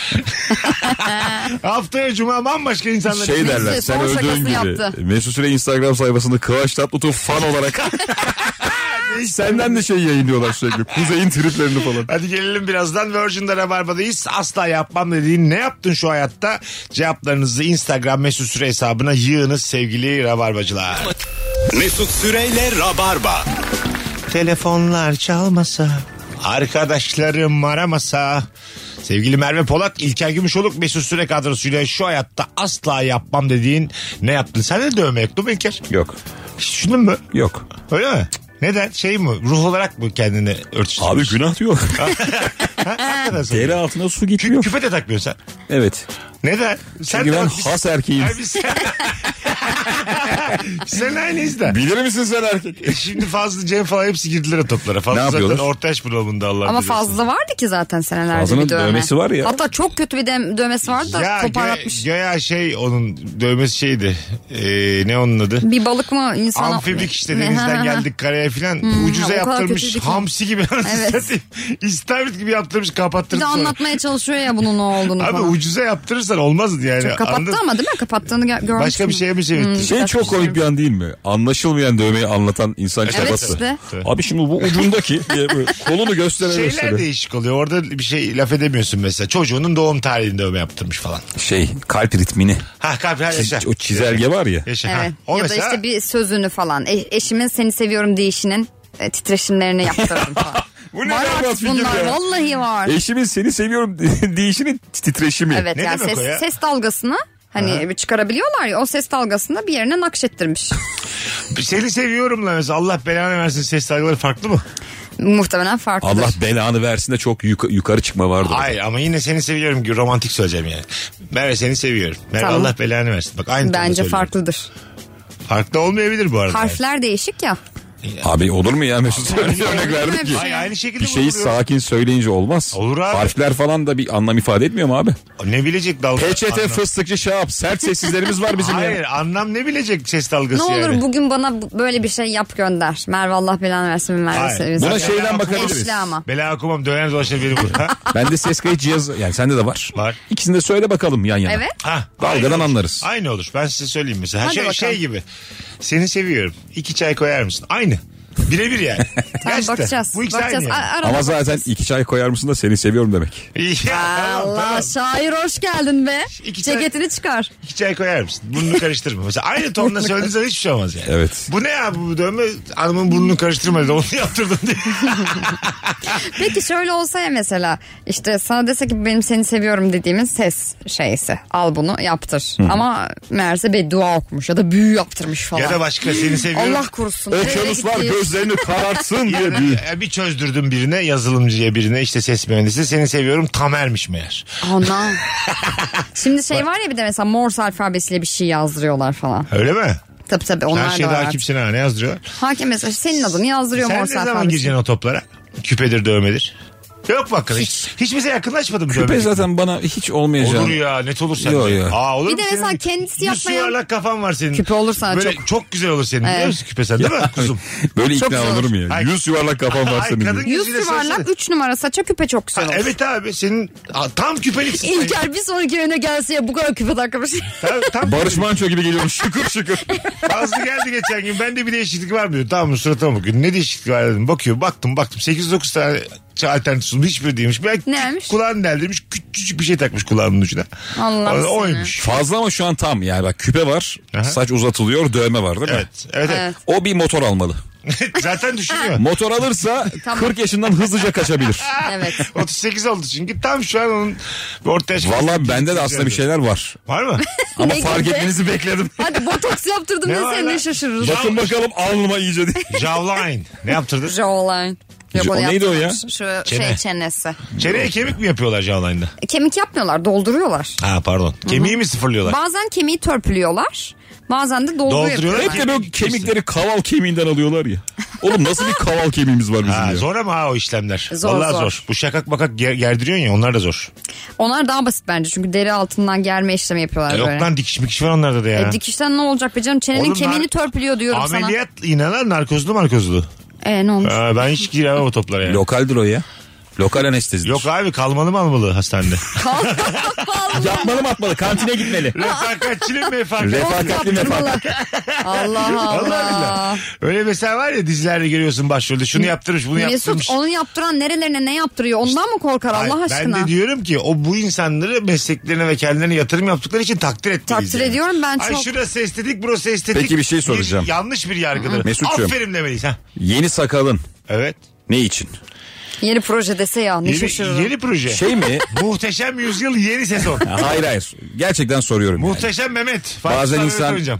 Haftaya cuma bambaşka insanlar. Şey derler Neyse, sen son öldüğün şakasını gibi. yaptı. Mesut Süre Instagram sayfasında Kıvanç Tatlıtuğ fan olarak senden de şey yayınlıyorlar sürekli. Kuzey'in triplerini falan. Hadi gelelim birazdan. Virgin'de Rabarba'dayız. Asla yapmam dediğin ne yaptın şu hayatta? Cevaplarınızı Instagram Mesut Süre hesabına yığınız sevgili Rabarbacılar. Mesut Süreyle Rabarba. Telefonlar çalmasa, arkadaşlarım aramasa. Sevgili Merve Polat, İlker Gümüşoluk, Mesut Süre kadrosuyla şu hayatta asla yapmam dediğin ne yaptın? Sen de dövme yok değil mi İlker? Yok. Hiç düşündün mü? Yok. Öyle mi? Neden? Şey mi? Ruh olarak mı kendini örtüştürüyorsun? Abi günah diyor. Deri altına su geçiyor. Küpe de takmıyorsun sen. Evet. Neden? Sen Çünkü de ben bak biz- has erkeğim. Ay biz- Sen aynıyız da. Bilir misin sen erkek? E Şimdi Fazlı Cem falan hepsi girdiler o toplara. Fazlı Ne zaten yapıyorlar? orta yaş bunalımında Allah Ama bilir. fazla vardı ki zaten senelerde Fazlının bir dövme. dövmesi var ya. Hatta çok kötü bir de- dövmesi vardı da Ya toparlatmış. göya, göya şey onun dövmesi şeydi. Ee, ne onun adı? Bir balık mı insana? Amfibik işte Ne? denizden geldik karaya filan. Ucuza o kadar yaptırmış. kötüydü ki. Hamsi gibi. Evet. İstavrit gibi yaptırmış Bir kapattırmış de sonra. anlatmaya çalışıyor ya bunun ne olduğunu Abi falan. ucuza yaptırırsan olmazdı yani. Çok kapattı Anladın? ama değil mi? Kapattığını gö- görmüşsün. Başka bir şeye mi çevirtti? Şey Biraz çok komik bir an değil mi? Anlaşılmayan dövmeyi anlatan insan çabası. işte. Abi şimdi bu ucundaki diye böyle kolunu göstere Şeyler göstere. değişik oluyor. Orada bir şey laf edemiyorsun mesela. Çocuğunun doğum tarihini dövme yaptırmış falan. Şey kalp ritmini. Ha kalp ha, yaşa. O çizelge var ya. Yaşa. Evet. Ha. O Ya mesela da işte bir sözünü falan. E- eşimin seni seviyorum deyişinin e, titreşimlerini yaptırdım falan. Bu ne Var berbat artık fikir bunlar. ya. Vallahi var. Eşimin seni seviyorum deyişinin titreşimi. Evet Ne yani demek ses, o ya? ses dalgasını hani çıkarabiliyorlar ya o ses dalgasını bir yerine nakşettirmiş. seni seviyorum la mesela. Allah belanı versin, ses dalgaları farklı mı? Muhtemelen farklıdır. Allah belanı versin de çok yuka- yukarı çıkma vardır. Hayır ama yine seni seviyorum gibi romantik söyleyeceğim yani. Merve seni seviyorum. Merve Tamam. Allah belanı versin. Bak aynı tonda Bence söylüyorum. farklıdır. Farklı olmayabilir bu arada. Harfler değişik ya. Abi olur mu ya Mesut? Öyle bir örnek verdik ki. Hayır aynı şekilde Bir şeyi vuruluyor. sakin söyleyince olmaz. Olur abi. Harfler falan da bir anlam ifade etmiyor mu abi? Ne bilecek dalga? Peçete, Anlam- fıstıkçı, şahap, sert sessizlerimiz var bizim Hayır ya. anlam ne bilecek ses dalgası Ne olur yani? bugün bana bu- böyle bir şey yap gönder. Merve Allah belanı versin. Merve Hayır. sevgisi. Buna Sen- şeyden Bela bakabiliriz. Eşli ama. Bela okumam döner dolaşır beni vur. Ha? Bende ses kayıt cihazı yani sende de var. Var. İkisini de söyle bakalım yan yana. Evet. Ha, Dalgadan aynı olur. anlarız. Aynı olur. Ben size söyleyeyim mesela. Hadi Şey, bakalım. şey gibi. Seni seviyorum. İki çay koyar mısın? Aynı. Birebir yani. Tamam, Gerçekten. bakacağız. Bu ikisi bakacağız. aynı yani. A- arada Ama zaten bakacağız. iki çay koyar mısın da seni seviyorum demek. Ya, tamam, Allah tamam. şair hoş geldin be. İki çay- Ceketini çıkar. İki çay koyar mısın? Burnunu karıştırma. Mesela aynı tonla söylediğin zaman hiçbir şey olmaz yani. Evet. Bu ne ya bu dövme? Hanımın burnunu karıştırma dedi. Onu yaptırdım diye. Peki şöyle olsa ya mesela işte sana dese ki benim seni seviyorum dediğimin ses şeysi. Al bunu yaptır. Ama meğerse beddua okumuş ya da büyü yaptırmış falan. Ya da başka seni seviyorum. Allah korusun. Nereye Okyanuslar gitti? gözlerini karartsın Ya diye da büyü. e, bir çözdürdüm birine, yazılımcıya birine, işte ses mühendisi, seni seviyorum Tamer'miş meğer. Ana. Şimdi şey var ya bir de mesela Morse alfabesiyle bir şey yazdırıyorlar falan. Öyle mi? Tabii tabii onlar Her da şeyde var. artık. hakimsin ha, ne yazdırıyorlar? Hakim mesela senin adını yazdırıyor Sen Morse ne zaman alfabesiyle. gireceksin o toplara? Küpedir, dövmedir. Yok bakalım. Hiç, hiç mesela yakınlaşmadım. Küpe dövmeye. zaten bana hiç olmayacak. Olur ya, net olur sende. Yo, yo. Aa, olur Bir mu de senin? mesela kendisi Yüz yapmayan- yuvarlak kafan var senin. Küpe olur sana Böyle çok. çok güzel olur senin, biliyor Evet. musun küpe sen değil mi kuzum? Böyle Çok ikna zor. olurum ya. Ay- Yüz yuvarlak kafam var Ay, senin. kadın diye. Yüz gözüyle yuvarlak söylesene. üç numara saça küpe çok güzel Ha, olur. evet abi senin ha, tam küpeliksin. İlker bir sonraki evine gelse ya bu kadar küpe takmış. Tam, tam Barış Manço gibi geliyorum şıkır şıkır. Fazla geldi geçen gün. Bende bir değişiklik var mı diyor. Tamam mı, suratıma bakıyor. Ne değişiklik var dedim. Bakıyor, baktım baktım. sekiz dokuz tane alternatif sundu. Hiçbiri değilmiş. Belki Neymiş? kulağını deldirmiş. Küçücük bir şey takmış kulağının ucuna. Allah O- seni. Oymuş. Fazla ama şu an tam yani bak küpe var, Aha. saç uzatılıyor, dövme var değil mi? Evet. Evet. evet. Evet. O bir motor almalı. Zaten düşünüyor. Motor alırsa Tamam. kırk yaşından hızlıca kaçabilir. Evet. otuz sekiz oldu çünkü. Tam şu an onun orta yaş. Vallahi bende de aslında bir şeyler var. Var mı? Ama Ne fark gibi? etmenizi bekledim. Hadi botoks yaptırdım Ne da var seni lan? de şaşırırız. Bakın bakalım alnıma iyice diye. Jawline. Ne yaptırdın? Jawline. Yok, O onu neydi o ya? yaptırmamış. Şu Çene. şey çenesi. Çeneye kemik mi yapıyorlar jawline'da? E, Kemik yapmıyorlar dolduruyorlar. Ha pardon. Kemiği mi sıfırlıyorlar? Bazen kemiği törpülüyorlar. Bazen de Dolduruyorlar. dolduruyorlar. Hep de böyle kemikleri kaval kemiğinden alıyorlar ya. Oğlum nasıl bir kaval kemiğimiz var bizim Ha, ya? zor ama ha o işlemler. Zor, Vallahi zor. zor. Bu şakak bakak ger- gerdiriyorsun ya, onlar da zor. Onlar daha basit bence çünkü deri altından germe işlemi yapıyorlar Yok böyle. lan, dikiş mikiş var onlarda da ya. E, dikişten ne olacak be canım? Çenenin Oğlum, kemiğini nar- törpülüyor diyorum Ameliyat yine lan, narkozlu markozlu. sana. E ne olmuş? Ha, ben hiç giremem o toplara yani. Lokaldir o ya. Lokal anestezidir. Yok abi, kalmalı mı almalı hastanede? Yapmalı mı atmalı? Kantine gitmeli. Refakatçili mi mefakat? Refakatli mefakat. Allah Vallahi Allah. billahi. Öyle mesela var ya, dizilerde görüyorsun başrolde şunu yaptırmış bunu yaptırmış. Mesut onu yaptıran nerelerine ne yaptırıyor? Ondan mı korkar Ay, Allah aşkına? Ben de diyorum ki o bu insanları mesleklerine ve kendilerine yatırım yaptıkları için takdir etmeliyiz. Takdir yani. ediyorum ben Ay çok. şurası estetik, burası estetik. Peki bir şey soracağım. yanlış bir yargıdır. Mesut'cum. Aferin demeliyiz ha. Yeni sakalın Evet. ne için? Yeni proje dese ya ne Yeni, şaşırırım. yeni proje. Şey mi? Muhteşem Yüzyıl yeni sezon. Ha, hayır hayır. Gerçekten soruyorum. yani. Muhteşem Mehmet. Fatih Bazen Sultan insan Mehmet oynayacağım.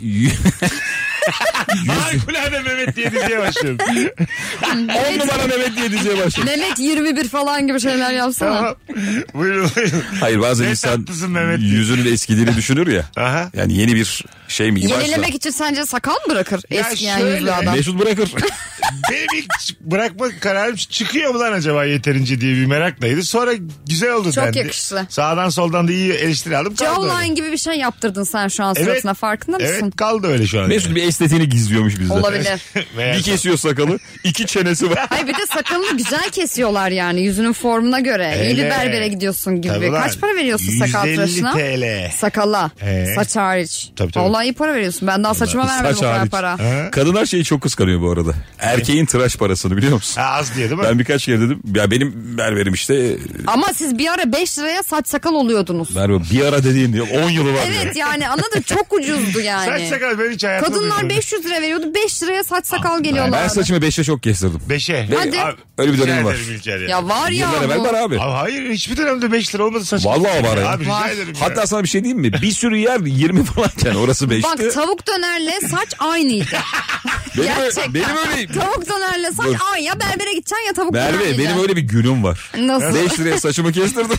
Harikulade Mehmet diye diziye başlıyorum. on numara Mehmet diye diziye başladı. Mehmet yirmi bir falan gibi şeyler yapsana. Tamam. Buyurun buyurun. Hayır bazen Ne insan tatlısın Mehmet diye. yüzünün eskidiğini düşünür ya. Aha. Yani yeni bir şey mi? imajla. Yenilemek için sence sakal mı bırakır Ya eskiyen şöyle. yüzlü adam? Mesut bırakır. Benim ilk bırakma kararım çıkıyor mu lan acaba yeterince diye bir meraklıydı. Sonra güzel oldu Çok dendi. yakıştı. Sağdan soldan da iyi eleştiri aldım. Kaldı öyle. Jawline gibi bir şey yaptırdın sen şu an Evet. suratına farkında mısın? Evet, kaldı öyle şu an. Mesut bir estetiğini gizliyormuş bizden. Olabilir. Meğer- Bir kesiyor sakalı. iki çenesi var. Hayır bir de sakalını güzel kesiyorlar yani yüzünün formuna göre. İyi bir Öyle. berbere gidiyorsun gibi. Tabii lan. Kaç para veriyorsun sakal yüz elli tıraşına? TL. Sakala. Ee? Saç hariç. Tabii, tabii. Vallahi iyi para veriyorsun. Ben daha saçıma vermedim Saç o kadar hariç. para. Ha? Kadınlar şeyi çok kıskanıyor bu arada. Erkeğin tıraş parasını biliyor musun? Ha, az diye değil mi? Ben birkaç kere dedim. Ya benim berberim işte. Ama siz bir ara beş liraya saç sakal oluyordunuz. Berber bir ara dediğin diyor. on yılı var. Evet yani anladın çok ucuzdu yani. Saç sakal ben hiç hayatımda Kadınlar duymadım. beş yüz lira veriyordu. beş liraya saç sakal Ben geliyorlardı. saçımı beşe çok kestirdim. Beşe. Hadi. Abi, Öyle bir dönem rica var. ederim İlker ya. Ya var ya Yıllar evvel bu. var abi. Abi hayır, hiçbir dönemde beş lira olmadı saç. Vallahi var ya. Abi rica Var. ederim. ya. Hatta sana bir şey diyeyim mi? Bir sürü yer yirmi falanken orası beşti. Bak tavuk dönerle saç aynıydı. benim, Gerçekten. benim öyle... Tavuk dönerle saç Dur. aynı. Ya berbere gideceksin ya tavuk döner Merve yiyeceksin. benim öyle bir günüm var. Nasıl? beş liraya saçımı kestirdim.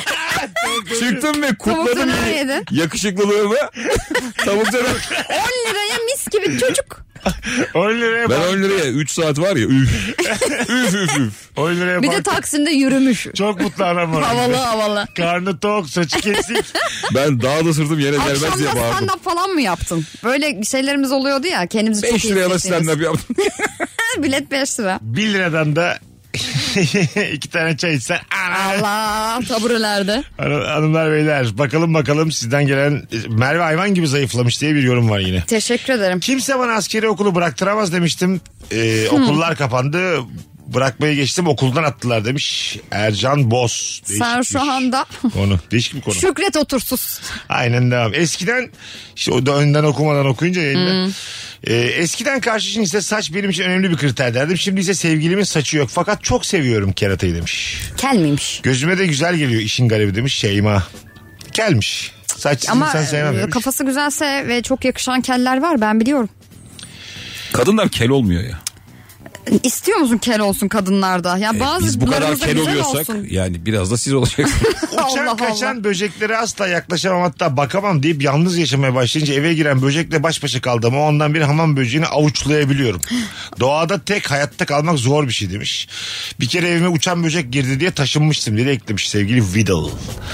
Çıktım ve kutladım döner yine yedin. yakışıklılığımı. Tavuk döner. on liraya mis gibi çocuk. on liraya Ben bak. on liraya üç saat var ya üf. üf üf üf. on liraya Bir bak. de Taksim'de yürümüş. Çok mutlu adam var. Havalı havalı. Karnı tok, saçı kesik. Ben dağda sırtım yere gelmez Akşamda diye bağırdım. stand-up falan mı yaptın? Böyle şeylerimiz oluyordu ya kendimizi çok beş iyi liraya da hissettiğimiz. stand-up yaptım. Bilet beş lira. bir liradan da İki tane çay içsen. Allah taburelerde. Hanımlar beyler bakalım bakalım sizden gelen Merve hayvan gibi zayıflamış diye bir yorum var yine. Teşekkür ederim. Kimse bana askeri okulu bıraktıramaz demiştim. Ee, hmm. Okullar kapandı. Bırakmaya geçtim okuldan attılar demiş Ercan Boz. Sen şu anda konu. Değişik bir konu. Şükret otursuz. Aynen devam. Eskiden işte o da önden okumadan okuyunca yayında. Hmm. Ee, eskiden karşı cinste saç benim için önemli bir kriter derdim. Şimdi ise sevgilimin saçı yok. Fakat çok seviyorum keratayı demiş. Kel miymiş? Gözüme de güzel geliyor işin garibi demiş Şeyma. Kelmiş. Saçsız ama insan sevmem demiş. Kafası güzelse ve çok yakışan keller var ben biliyorum. Kadınlar kel olmuyor ya. İstiyor musun kel olsun kadınlarda? Ya e, bazı biz bu kadar kel oluyorsak olsun. Yani biraz da siz olacaksınız. Uçan Allah kaçan Allah. böceklere asla yaklaşamam hatta bakamam deyip yalnız yaşamaya başlayınca eve giren böcekle baş başa kaldım. O ondan bir hamam böceğini avuçlayabiliyorum. Doğada tek hayatta kalmak zor bir şey demiş. Bir kere evime uçan böcek girdi diye taşınmıştım diye eklemiş sevgili Vidal.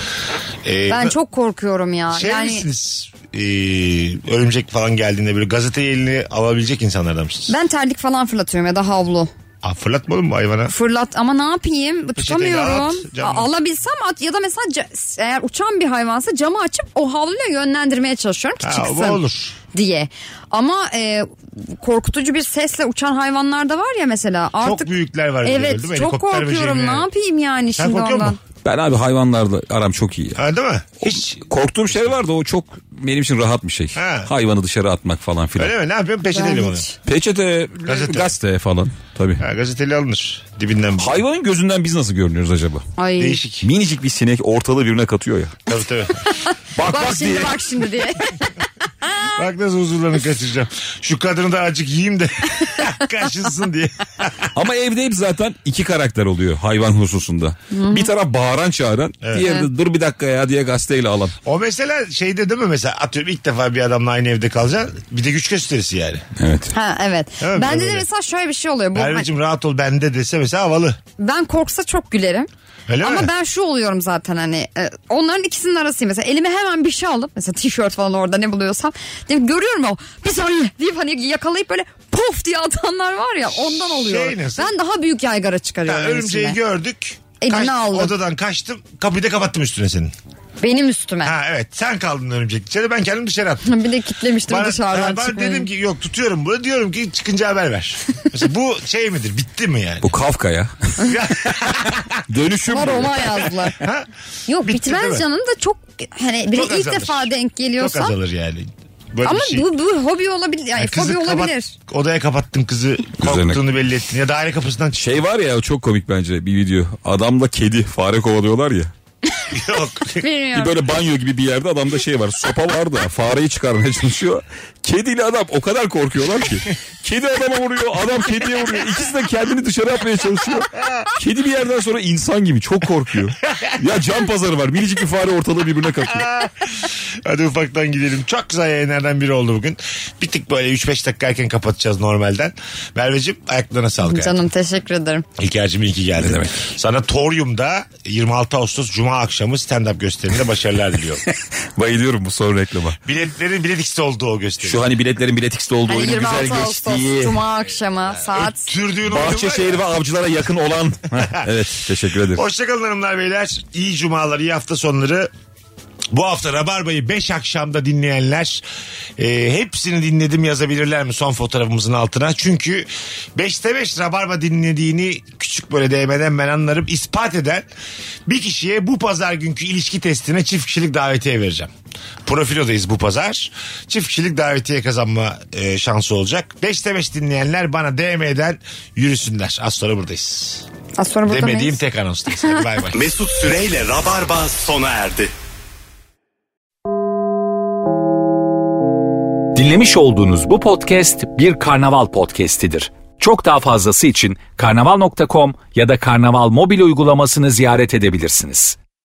Ee, ben çok korkuyorum ya. Şey yani... misiniz? Ee, örümcek falan geldiğinde böyle gazeteyi eline alabilecek insanlardan mısınız? Ben terlik falan fırlatıyorum ya da havlu. Aa, fırlatmadın mı hayvana? Fırlat ama ne yapayım tutamıyorum. At, alabilsem at ya da mesela ca- eğer uçan bir hayvansa camı açıp o havluyla yönlendirmeye çalışıyorum ki ha, çıksın. Bu olur. Diye. Ama e, korkutucu bir sesle uçan hayvanlar da var ya mesela. Artık, çok büyükler var. Evet değil mi? çok korkuyorum böceğine. Ne yapayım yani sen şimdi ondan. Mu? Ben abi hayvanlarla aram çok iyi. Ha, değil mi? Hiç... Korktuğum şey vardı o çok benim için rahat bir şey. Ha. Hayvanı dışarı atmak falan filan. Öyle mi? Ne yapıyorsun? Peçeteyle mi onu? Peçete, gazete. gazete falan tabii. Ha, gazeteli alınır dibinden. Hayvanın gözünden biz nasıl görünüyoruz acaba? Ay. Değişik. Minicik bir sinek ortalığı birbirine katıyor ya. Tabii tabii. bak, bak, bak şimdi diye. bak şimdi diye. Bak nasıl huzurlarını kaçıracağım. Şu kadını da azıcık yiyeyim de karşısın diye. Ama evde hep zaten iki karakter oluyor hayvan hususunda. Hı-hı. Bir taraf bağıran çağıran, evet. Diğeri de dur bir dakika ya diye gazeteyle alan. O mesela şeyde değil mi mesela atıyorum ilk defa bir adamla aynı evde kalacaksın. Bir de güç gösterisi yani. Evet. Ha evet. Evet bende de böyle. Mesela şöyle bir şey oluyor. Merveciğim rahat ol bende dese mesela havalı. Ben korksa çok gülerim. Öyle ama mi? ben şu oluyorum zaten hani e, onların ikisinin arasıyım. Mesela elime hemen bir şey alıp mesela tişört falan orada ne buluyorsam deyip, görüyorum o bir saniye deyip hani yakalayıp böyle pof diye atanlar var ya ondan oluyor. Şey ben daha büyük yaygara çıkarıyorum. Ha, örümceği gördük. Elini Kaç, aldım. Odadan kaçtım kapıyı da kapattım üstüne senin. Benim üstüme. Ha evet sen kaldın örümcek içeri ben kendim dışarı attım. Bir de kitlemiştim bana, dışarıdan ben çıkmayı. dedim ki yok tutuyorum bunu diyorum ki çıkınca haber ver. Mesela bu şey midir bitti mi yani? Bu Kafka ya. Dönüşüm. Roma yazdılar. Ha? Yok bitti, bitmez canım da çok hani bir ilk defa denk geliyorsa. Çok azalır yani. Böyle ama şey. bu, bu hobi olabilir. Yani, yani hobi olabilir. Kapat, odaya kapattın kızı korktuğunu belli ettin. Ya daire kapısından çıktın. Şey var ya çok komik bence bir video. Adamla kedi fare kovalıyorlar ya. Yok. Bir böyle banyo gibi bir yerde adamda şey var. Sopa var da fareyi çıkarmaya çalışıyor. Kediyle adam o kadar korkuyorlar ki. Kedi adama vuruyor, adam kediye vuruyor. İkisi de kendini dışarı atmaya çalışıyor. Kedi bir yerden sonra insan gibi çok korkuyor. Ya can pazarı var. Minicik bir fare ortalığı birbirine katıyor. Hadi ufaktan gidelim. Çok güzel yayınlardan biri oldu bugün. Bir tık böyle üç beş dakika erken kapatacağız normalden. Merveciğim ayaklarına sağlık. Canım hayatım. Teşekkür ederim. İlker'cim iyi ki geldin. Demek. Sana Torium'da yirmi altı Ağustos Cuma akşamı stand-up gösteriminde başarılar diliyorum. Bayılıyorum bu son reklama. Biletlerin Bilet X'te olduğu o gösteri. Şu hani biletlerin Bilet X'te olduğu hani oyunun güzel geçtiği. Cuma akşamı saat. Bahçeşehir ve Avcılar'a yakın olan. Evet teşekkür ederim. Hoşçakalın hanımlar beyler. İyi cumalar, iyi hafta sonları. Bu hafta Rabarba'yı beş akşamda dinleyenler e, hepsini dinledim yazabilirler mi son fotoğrafımızın altına? Çünkü beşte beş Rabarba dinlediğini küçük böyle değmeden ben anlarım ispat eden bir kişiye bu pazar günkü ilişki testine çift kişilik davetiye vereceğim. Profilodayız bu pazar. Çift kişilik davetiye kazanma e, şansı olacak. beşte beş dinleyenler bana D M'den yürüsünler. Az sonra buradayız. Az sonra burada demediğim mıyız? tek anonstayız. Hadi bay bay. Mesut Süreyle Rabarba sona erdi. Dinlemiş olduğunuz bu podcast bir karnaval podcastidir. Çok daha fazlası için karnaval nokta com ya da karnaval mobil uygulamasını ziyaret edebilirsiniz.